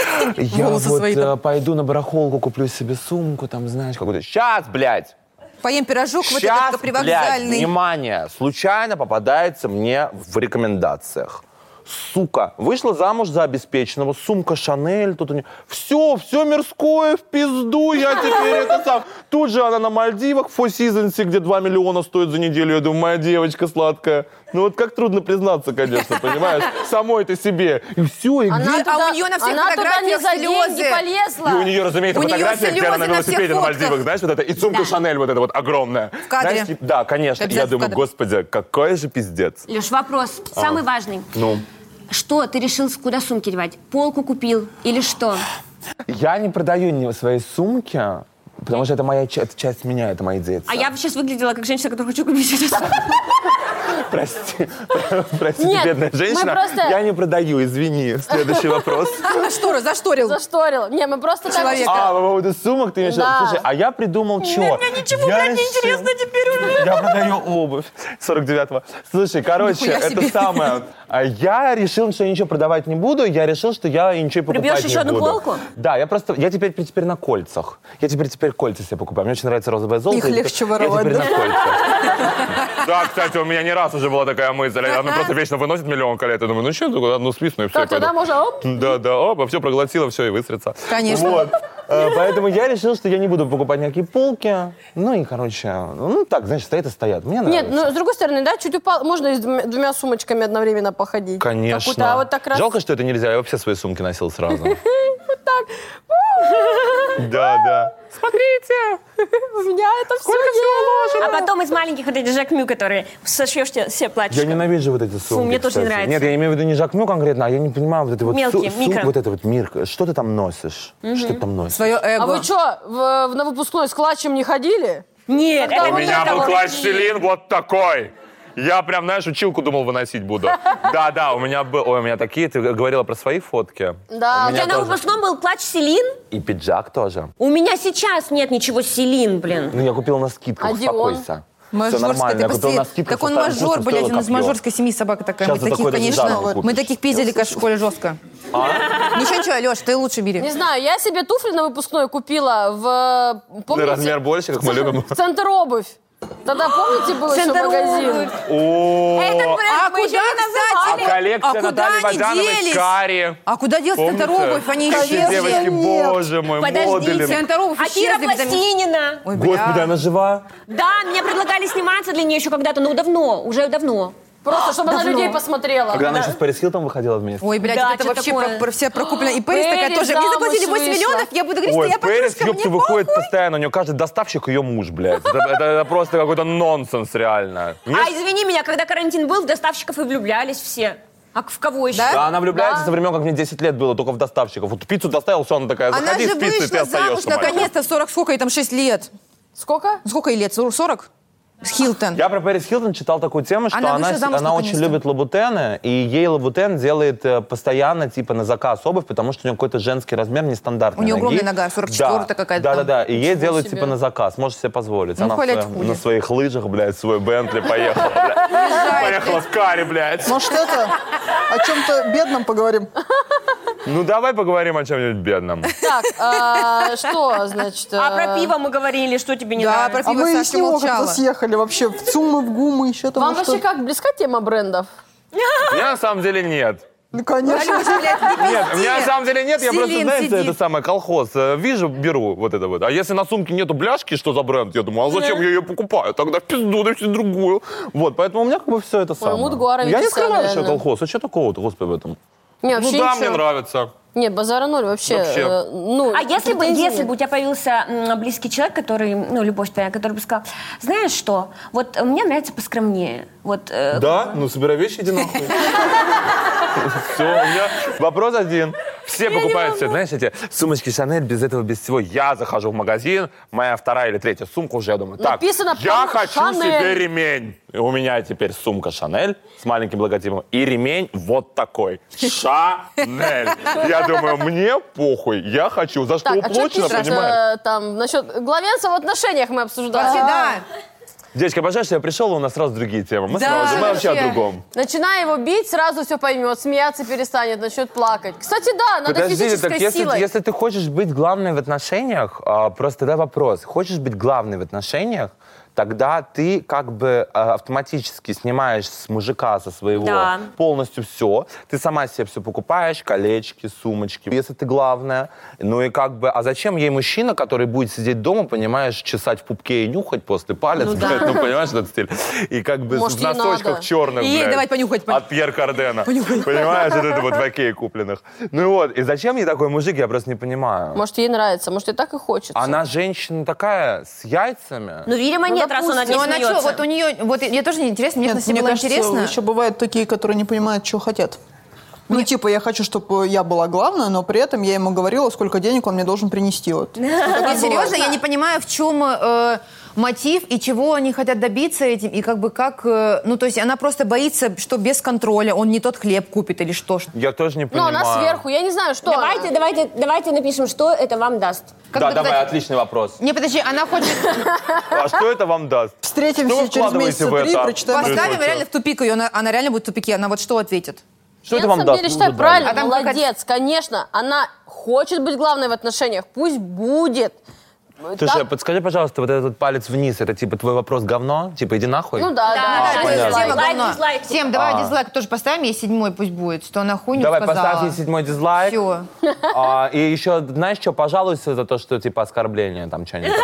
Я Волосы вот свои там. э, пойду на барахолку, куплю себе сумку, там, знаешь, какую-то. Сейчас, блядь! Поем пирожок вот Сейчас, этот блядь, привокзальный. внимание, случайно попадается мне в рекомендациях. Сука, вышла замуж за обеспеченного, сумка Шанель, тут у нее... Все, все мирское в пизду, я теперь это сам... Тут же она на Мальдивах, в Four Seasons, где два миллиона стоит за неделю. Я думаю, моя девочка сладкая. Ну вот как трудно признаться, конечно, понимаешь? Самой-то себе. И все, и где... Она А туда, у неё на всех она туда не фотографиях за деньги слезы. полезла. И у нее, разумеется, У неё фотография, где она на слезы на всех велосипеде на фотках. Мальдивах, знаешь, вот это, и сумка Шанель вот эта вот огромная. В кадре. Знаешь, типа, да, конечно. И я Обязательно в думаю, кадре. господи, какой же пиздец. Леш, вопрос самый важный. Ну, Что ты решил, куда сумки девать? Полку купил или что? я не продаю ни свои сумки, потому что это моя ча- это часть меня, это мои дети. А я бы сейчас выглядела как женщина, которая хочу купить эту сумку. Прости, прости, Нет, бедная мы женщина. просто- Я не продаю, извини. Следующий вопрос. Зашторил, зашторил. Зашторил. Не, мы просто так Человек. чисто- А, по поводу сумок ты имеешь в виду? Да. Слушай, а я придумал что? Мне ничего, блядь, не интересно теперь уже. Я продаю обувь сорок девятого. Слушай, короче, Нихуя это себе. самое. А я решил, что я ничего продавать не буду. Я решил, что я ничего и покупать Прибьешь не еще одну буду. полку? Да, я просто... Я теперь, теперь на кольцах. Я теперь теперь кольца себе покупаю. Мне очень нравится розовое золото. Их Я теперь- легче воровать, Я теперь да? на кольцах. Да, кстати, у меня не раз уже была такая мысль. Она просто вечно выносит миллион колец. Я думаю, ну что, только одну списную и все. Так, тогда можно, оп. Да, да, оп, все проглотила, все, и высрется. Конечно. Вот. Э, Поэтому я решил, что я не буду покупать никакие полки. Ну и, короче, ну так, значит, стоят и стоят. Мне Нет, нравится. ну, с другой стороны, да, чуть упал, можно и с двумя, двумя сумочками одновременно походить. Конечно. Какую-то, а вот так раз... Жалко, что это нельзя. Я вообще свои сумки носил сразу. Вот так. Да, да. Смотрите! У меня это все есть. А потом из маленьких вот этих Жак Мю, которые сошьешь тебе все платьишко. Я ненавижу вот эти сумки, мне тоже не кстати. нравится. Нет, я имею в виду не Жак Мю конкретно, а я не понимаю вот это вот... Мелкие, су- микро. Вот это вот мир. Что ты там носишь? Что ты там носишь? Свое эго. А вы что, в, в- на выпускной с клатчем не ходили? Нет, Когда это у вот меня это был вот. клатч Селин вот такой. Я прям, знаешь, училку думал выносить буду. Да, да, у меня был... Ой, у меня такие... Ты говорила про свои фотки. Да. У тебя на тоже. выпускном был клатч Селин? И пиджак тоже. У меня сейчас нет ничего Селин, блин. Ну, я купил на скидках, А Дион? успокойся. Всё Мажорская, нормально, ты я купил на посмотри, скидках. так он со старым мажор, вкусом, блядь, стоило он из копье. мажорской семьи собака такая. Сейчас Мы за таких, такой конечно, резиновый купишь. мы таких пиздили, как в школе жестко. Ничего, ничего, Леш, ты лучше бери. Не знаю, я себе туфли на выпускной купила в... На Помните? размер больше, как мы любим. В центр обувь. Тогда, помните, был еще Центр магазин? обувь. О, Этот бренд А мы еще куда, не называли. кстати? коллекция А куда Натальи они Водяновой делись? Кари. А куда делся Помните? центр обувь? Они Как исчезли. все девочки, боже мой, Подождите. моделинг. Центр обувь А Кира исчезли. потому- Пластинина. Ой, бля. Господи, она жива? Да, меня предлагали сниматься для нее еще когда-то, но давно, уже давно. Просто, чтобы она людей посмотрела. Когда она еще с Пэрис Хилтон выходила вместе. Ой, блядь, Да, вот это что вообще такое? про, про все прокуплено. И Пэрис такая Пэрис тоже. Мне замуж заплатили восемь вышла. миллионов, я буду говорить, Ой, что я Пэрис подружка, Хилтон мне выходит постоянно, у нее каждый доставщик ее муж, блядь. Это, это- это просто какой-то нонсенс, реально. Мне А извини меня, когда карантин был, в доставщиков и влюблялись все. А в кого еще? Да? Да, она влюбляется Да. со времен, как мне десять лет было, только в доставщиков. Вот пиццу доставил, все, она такая, Она заходи же с пиццей, ты вышла замуж остаешься. моя. наконец-то в сорок, сколько ей там, шесть лет. Сколько? Сколько ей лет? сорок? С Хилтон. Я про Пэрис Хилтон читал такую тему, что Она она, вышла замуж она очень наконец-то. любит лабутены, и ей лабутен делает э, постоянно, типа, на заказ обувь, потому что у нее какой-то женский размер нестандартный. У нее ноги. огромная нога, сорок четвёртая Да. какая-то Да, там. да, да. И ей делают, себе. типа, на заказ. Может себе позволить. Ну, Она в Коля, своем- хули. на своих лыжах, блядь, свой Бентли поехала, блядь. Поехала в каре, блядь. Может, это о чем-то бедном поговорим? Ну, давай поговорим о чем-нибудь бедном. Так, а, что, значит... А э, про пиво мы говорили, что тебе не Да, нравится? про А пиво мы Сашка с него как-то молчала. съехали вообще в ЦУМы, в ГУМы, еще там Вам во что. вообще как близка тема брендов? Я на самом деле нет. Ну, конечно. Алёша, блядь, не Нет, у меня на самом деле нет, я просто, Селин знаете, сидит. это самое, колхоз. э, Вижу, беру вот это вот. А если на сумке нету бляшки, что за бренд, я думаю, а зачем я ее покупаю? Тогда в пизду, да все другую. Вот, поэтому у меня как бы все это самое. Мудгуара Я не Витисян, скрываю, что я реально. колхоз. А что такого-то, господи, в этом? Не, Ну вообще да, ничего. мне нравится. Нет, базара ноль вообще. Вообще. э, ну, А если бы, претензий если нет. бы у тебя появился м, близкий человек, который, ну, любовь твоя, который бы сказал, знаешь что, вот э, мне нравится поскромнее. Вот, э, Да? Ну собирай вещи, иди нахуй. Все, у меня вопрос один. Все покупают все, знаешь, эти сумочки Шанель, без этого, без всего. Я захожу в магазин, моя вторая или третья сумка уже, я думаю, так, Написано я прям хочу Шанель. себе ремень. И у меня теперь сумка Шанель с маленьким логотипом. И ремень вот такой. Шанель. Я думаю, мне похуй, я хочу. За что Так, а что уплочено, пишут понимаешь? э, там насчет главенства в отношениях мы обсуждали. Вообще, да. Девочка, обожаю, что я пришел, и у нас сразу другие темы. Мы Да, сразу, мы вообще о вообще. другом. Начиная его бить, сразу все поймет, смеяться перестанет, начнет плакать. Кстати, да, надо Подожди, физической так если, силой. если ты хочешь быть главной в отношениях, а, просто тогда вопрос. Хочешь быть главной в отношениях, тогда ты как бы а, автоматически снимаешь с мужика, со своего, Да. полностью все. Ты сама себе все покупаешь, колечки, сумочки, если ты главная. Ну и как бы, а зачем ей мужчина, который будет сидеть дома, понимаешь, чесать в пупке и нюхать после палец, Ну да. блядь, ну понимаешь этот стиль? И как бы Может, в ей носочках надо. черных, И ей блядь, давать понюхать, пон- от Пьер Кардена. Понимаешь, вот это вот в Окее купленных. Ну и вот, и зачем ей такой мужик, я просто не понимаю. Может, ей нравится, может, ей так и хочется. Она женщина такая, с яйцами. ну, видимо, Ну, нет, раз он над ней Ну, она что, смеется. вот у нее, вот я тоже не интересно, мне, Нет, кстати, мне было кажется, интересно. еще бывают такие, которые не понимают, что хотят. Ну, типа, я хочу, чтобы я была главная, но при этом я ему говорила, сколько денег он мне должен принести. Вот. Нет, серьезно, я не понимаю, в чем э, мотив и чего они хотят добиться этим, и как бы как... э, ну, то есть она просто боится, что без контроля он не тот хлеб купит или что. Я тоже не Ну, понимаю. она сверху, я не знаю, что Давайте, она. давайте, давайте напишем, что это вам даст. Как Да, бы давай, сказать- отличный вопрос. Не, подожди, она хочет... А что это вам даст? Встретимся Что вы через вкладываете месяца в три, это? прочитаем. Поставь. Поставим это реально в тупик ее, она, она реально будет в тупике. Она вот что ответит? Что Я это на вам самом даст? деле Ну, считаю да. правильно, А там молодец, конечно. Она хочет быть главной в отношениях, пусть будет. Слушай, Так- подскажи, пожалуйста, вот этот палец вниз, это типа твой вопрос говно? Типа иди нахуй? Ну да, да. Да, да, понятно. дизлайк. Тема Лайк, говно. дизлайк. Всем, давай А. дизлайк тоже поставим, ей седьмой пусть будет, что она хуйню Давай, сказала. поставь ей седьмой дизлайк. Все. А, и еще, знаешь что, пожалуйся за то, что типа оскорбление там что-нибудь.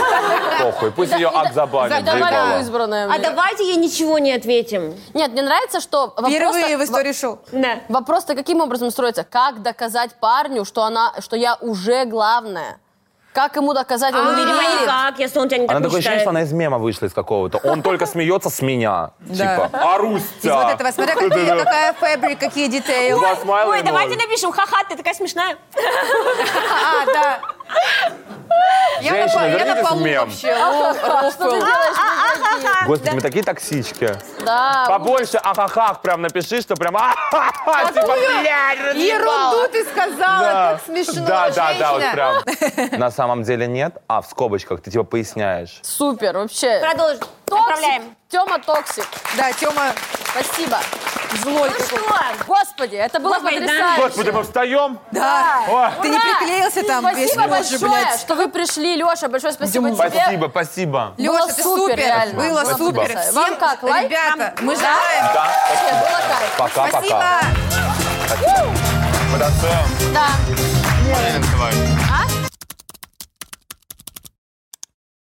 Похуй, пусть ее ак забанит, И добавим заебало. избранное А мне. давайте ей ничего не ответим. Нет, мне нравится, что вопрос... Впервые в истории шоу. Да. Вопрос-то каким образом строится? Как доказать парню, что она, что я уже главная? Как ему доказать? Он не Видимо, верит. никак, если он тебя не так Она не такое ощущение, считает. что она из мема вышла из какого-то. Он только смеется с меня. Типа, Из Арустя. вот этого, смотря какие- какая фабрик, какие У детали. вас смайлы Ой, ноль. давайте напишем, ха-ха, ты такая смешная. А, да. Я на, Женщины, по- я на вернитесь в полу мем. вообще. Лол, Что ты рофл. делаешь? Мужики? Господи, мы такие токсички. Да. Побольше ахахах прям напиши, что прям ахаха, типа, блядь, разъебала. Ерунду ты сказала, Да. как смешно, Да, да, да, вот женщина. прям. На самом деле нет, а в скобочках ты типа поясняешь. Супер, вообще. Продолжим. Отправляем. Тема Токсик. Да, Тёма Спасибо. злой. Ну такой. что? Господи, это было Господи, да. потрясающе. Господи, мы встаем? Да. Ой. Ты не Ура! приклеился там весь Спасибо позже, большое, блядь. что вы пришли, Леша. Большое спасибо тебе. Спасибо, спасибо. Было Лёша, ты супер, супер, реально. было Было супер. супер. Всем, Вам как, лайк? ребята, мы желаем. Да, Вообще, было кайф. пока-пока. Спасибо. Подождем. Да. Марина, давай.